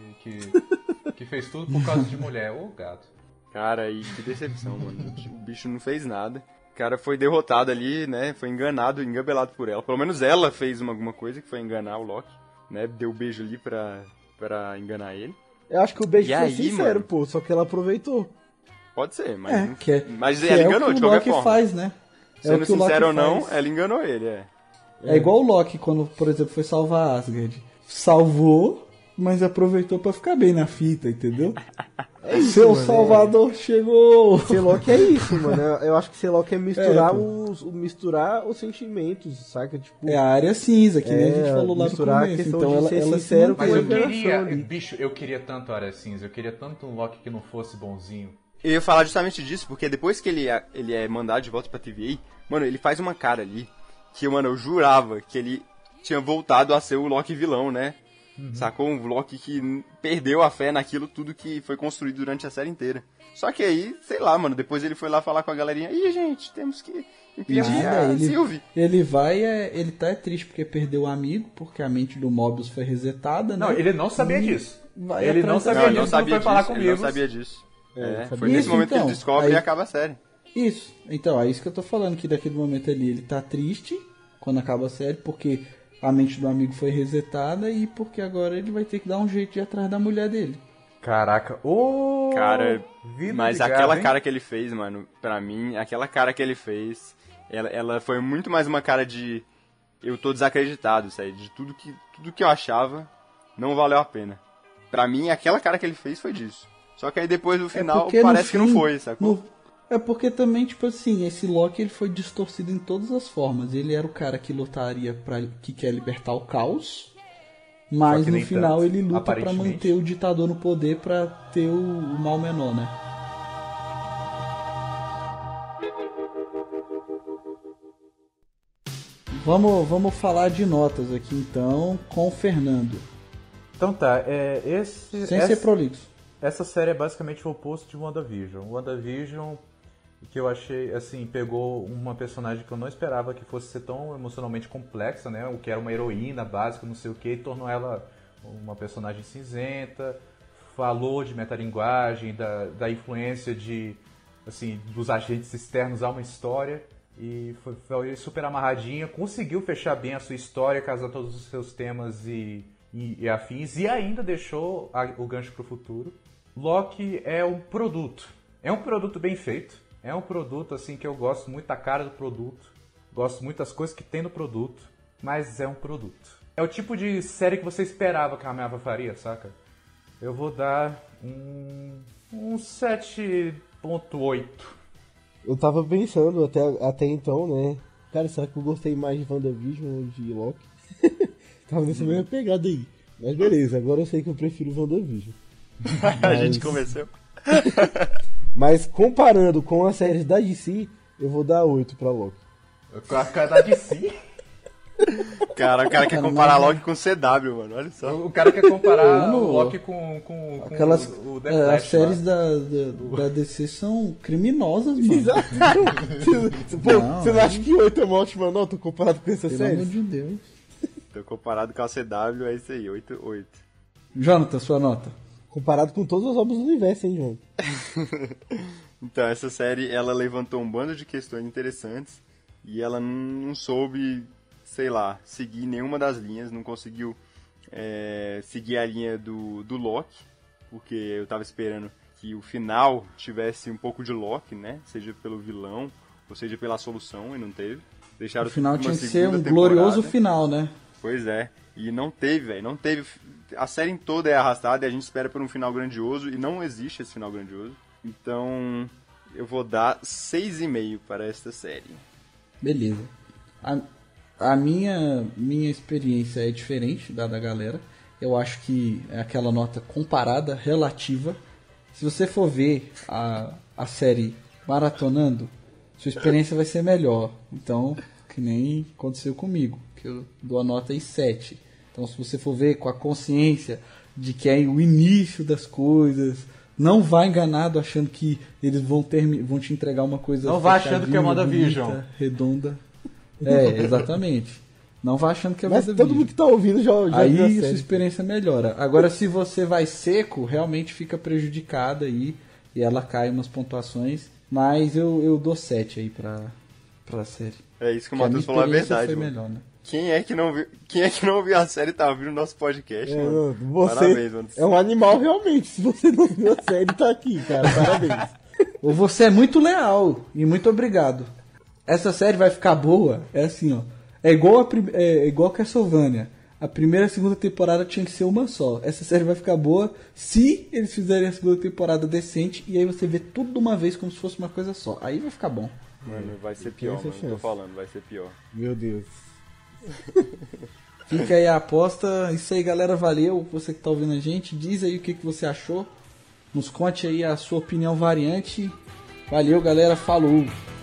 Que fez tudo por causa de mulher. Ô, gato. Cara, e que decepção, mano. O bicho não fez nada. O cara foi derrotado ali, né? Foi enganado, engabelado por ela. Pelo menos ela fez alguma coisa que foi enganar o Loki, né? Deu beijo ali pra enganar ele. Eu acho que o beijo E foi aí, sincero, mano? pô, só que ela aproveitou. Pode ser, mas, mas que ela é enganou o que de o qualquer Loki forma. faz, né? Sendo o que o Loki sincero ou não, faz. ela enganou ele, É igual o Loki quando, por exemplo, foi salvar Asgard. Salvou, mas aproveitou pra ficar bem na fita, entendeu? Seu mano, Salvador chegou! Ser Loki é isso, mano. Eu acho que ser Loki é misturar, pô. misturar os sentimentos, saca? Tipo, É a área cinza, que nem a gente falou lá no misturar a começo. questão Então de ela, ser ela sincero se com Mas a eu mantém. queria, ali. bicho, eu queria tanto a Área Cinza, eu queria tanto um Loki que não fosse bonzinho. Eu ia falar justamente disso, porque depois que ele é mandado de volta pra TVA, mano, ele faz uma cara ali que, mano, eu jurava que ele tinha voltado a ser o Loki vilão, né? Sacou? Um Loki que perdeu a fé naquilo tudo que foi construído durante a série inteira. Só que aí, sei lá, mano, depois ele foi lá falar com a galerinha, ih, gente, temos que impedir Nada, a Sylvie. ele vai, ele tá triste porque perdeu o amigo, porque a mente do Mobius foi resetada, Não, né? ele não sabia E disso. vai Ele atrás não da- sabia Não, disso, ele não sabia foi falar disso, ele comigo. não sabia disso. sabia. Foi nesse Isso, momento que então, ele descobre aí- e acaba a série. Isso. Então, é isso que eu tô falando, que daquele momento ali ele tá triste quando acaba a série, porque a mente do amigo foi resetada e porque agora ele vai ter que dar um jeito de ir atrás da mulher dele. Caraca, Cara, vida mas de gado, aquela hein? cara que ele fez, mano, pra mim, aquela cara que ele fez, ela foi muito mais uma cara de eu tô desacreditado, sabe? De tudo que eu achava não valeu a pena. Pra mim, aquela cara que ele fez foi disso. Só que aí depois no final porque no parece que não fim, foi, sacou? É porque também, tipo assim, esse Loki ele foi distorcido em todas as formas. Ele era o cara que lutaria que quer libertar o caos, Só mas que no nem final tanto, ele luta pra aparentemente. manter o ditador no poder pra ter o mal menor, né? Vamos falar de notas aqui então com o Fernando. Então tá, Sem ser prolixo. essa série é basicamente o oposto de WandaVision. WandaVision, que eu achei, assim, pegou uma personagem que eu não esperava que fosse ser tão emocionalmente complexa, né? O que era uma heroína básica, não sei o que, e tornou ela uma personagem cinzenta, falou de metalinguagem, da influência dos agentes externos a uma história, e foi super amarradinha, conseguiu fechar bem a sua história, casar todos os seus temas e e afins, e ainda deixou o gancho pro futuro. Loki é um produto. É um produto bem feito. É um produto assim que eu gosto muito da cara do produto. Gosto muito das coisas que tem no produto. Mas é um produto. É o tipo de série que você esperava que a Marvel faria, saca? Eu vou dar um 7.8. Eu tava pensando até então, né? Cara, será que eu gostei mais de WandaVision ou de Loki? Tava nessa mesma pegada aí. Mas beleza, agora eu sei que eu prefiro WandaVision. A gente começou. Mas comparando com as séries da DC, eu vou dar 8 pra Loki. Com a cara da DC? Cara, o cara quer comparar Loki com CW, mano. Olha só. O cara quer comparar o Loki com aquelas, o The Flash. as séries da DC são criminosas, mano. Exato. Você não acha que 8 é uma ótima nota comparado com essa Pelo série? amor de Deus. Então, comparado com a CW, é isso aí, 8. Jonathan, sua nota? Comparado com todas as obras do universo, hein, João? Então, essa série, ela levantou um bando de questões interessantes e ela não soube, sei lá, seguir nenhuma das linhas, não conseguiu seguir a linha do Loki, porque eu tava esperando que o final tivesse um pouco de Loki, né? Seja pelo vilão, ou seja pela solução, e não teve. Deixaram O final uma tinha que ser segunda um temporada. glorioso final, né? Pois é, e não teve, velho, não teve. A série toda é arrastada e a gente espera por um final grandioso e não existe esse final grandioso. Então, eu vou dar 6,5 para esta série. Beleza. A minha experiência é diferente da galera. Eu acho que é aquela nota comparada, relativa. Se você for ver a série maratonando, sua experiência vai ser melhor. Então, que nem aconteceu comigo, que eu dou a nota em 7. Então, se você for ver com a consciência de que é o início das coisas, não vá enganado achando que eles vão te entregar uma coisa Não vá achando que é WandaVision. bonita, redonda. É, exatamente. Não vá achando que é Mas WandaVision. todo mundo que tá ouvindo já viu a Aí sua série. experiência melhora. Agora, se você vai seco, realmente fica prejudicada aí e ela cai umas pontuações. Mas eu dou 7 aí pra série. É isso que o Porque a Matheus minha falou, é experiência verdade. foi Mano. melhor, né? Quem é que não viu a série e tá ouvindo o nosso podcast, mano? Você Parabéns, mano. é um animal realmente. Se você não viu a série, tá aqui, cara. Parabéns. Ou você é muito leal e muito obrigado. Essa série vai ficar boa. É assim, ó. É igual Castlevania. A primeira e a segunda temporada tinha que ser uma só. Essa série vai ficar boa se eles fizerem a segunda temporada decente e aí você vê tudo de uma vez como se fosse uma coisa só. Aí vai ficar bom. Mano, vai ser pior, essa mano. Tô chance. falando, vai ser pior. Meu Deus. Fica aí a aposta. Isso aí, galera. Valeu. Você que tá ouvindo a gente. Diz aí o que você achou. Nos conte aí a sua opinião variante. Valeu, galera. Falou.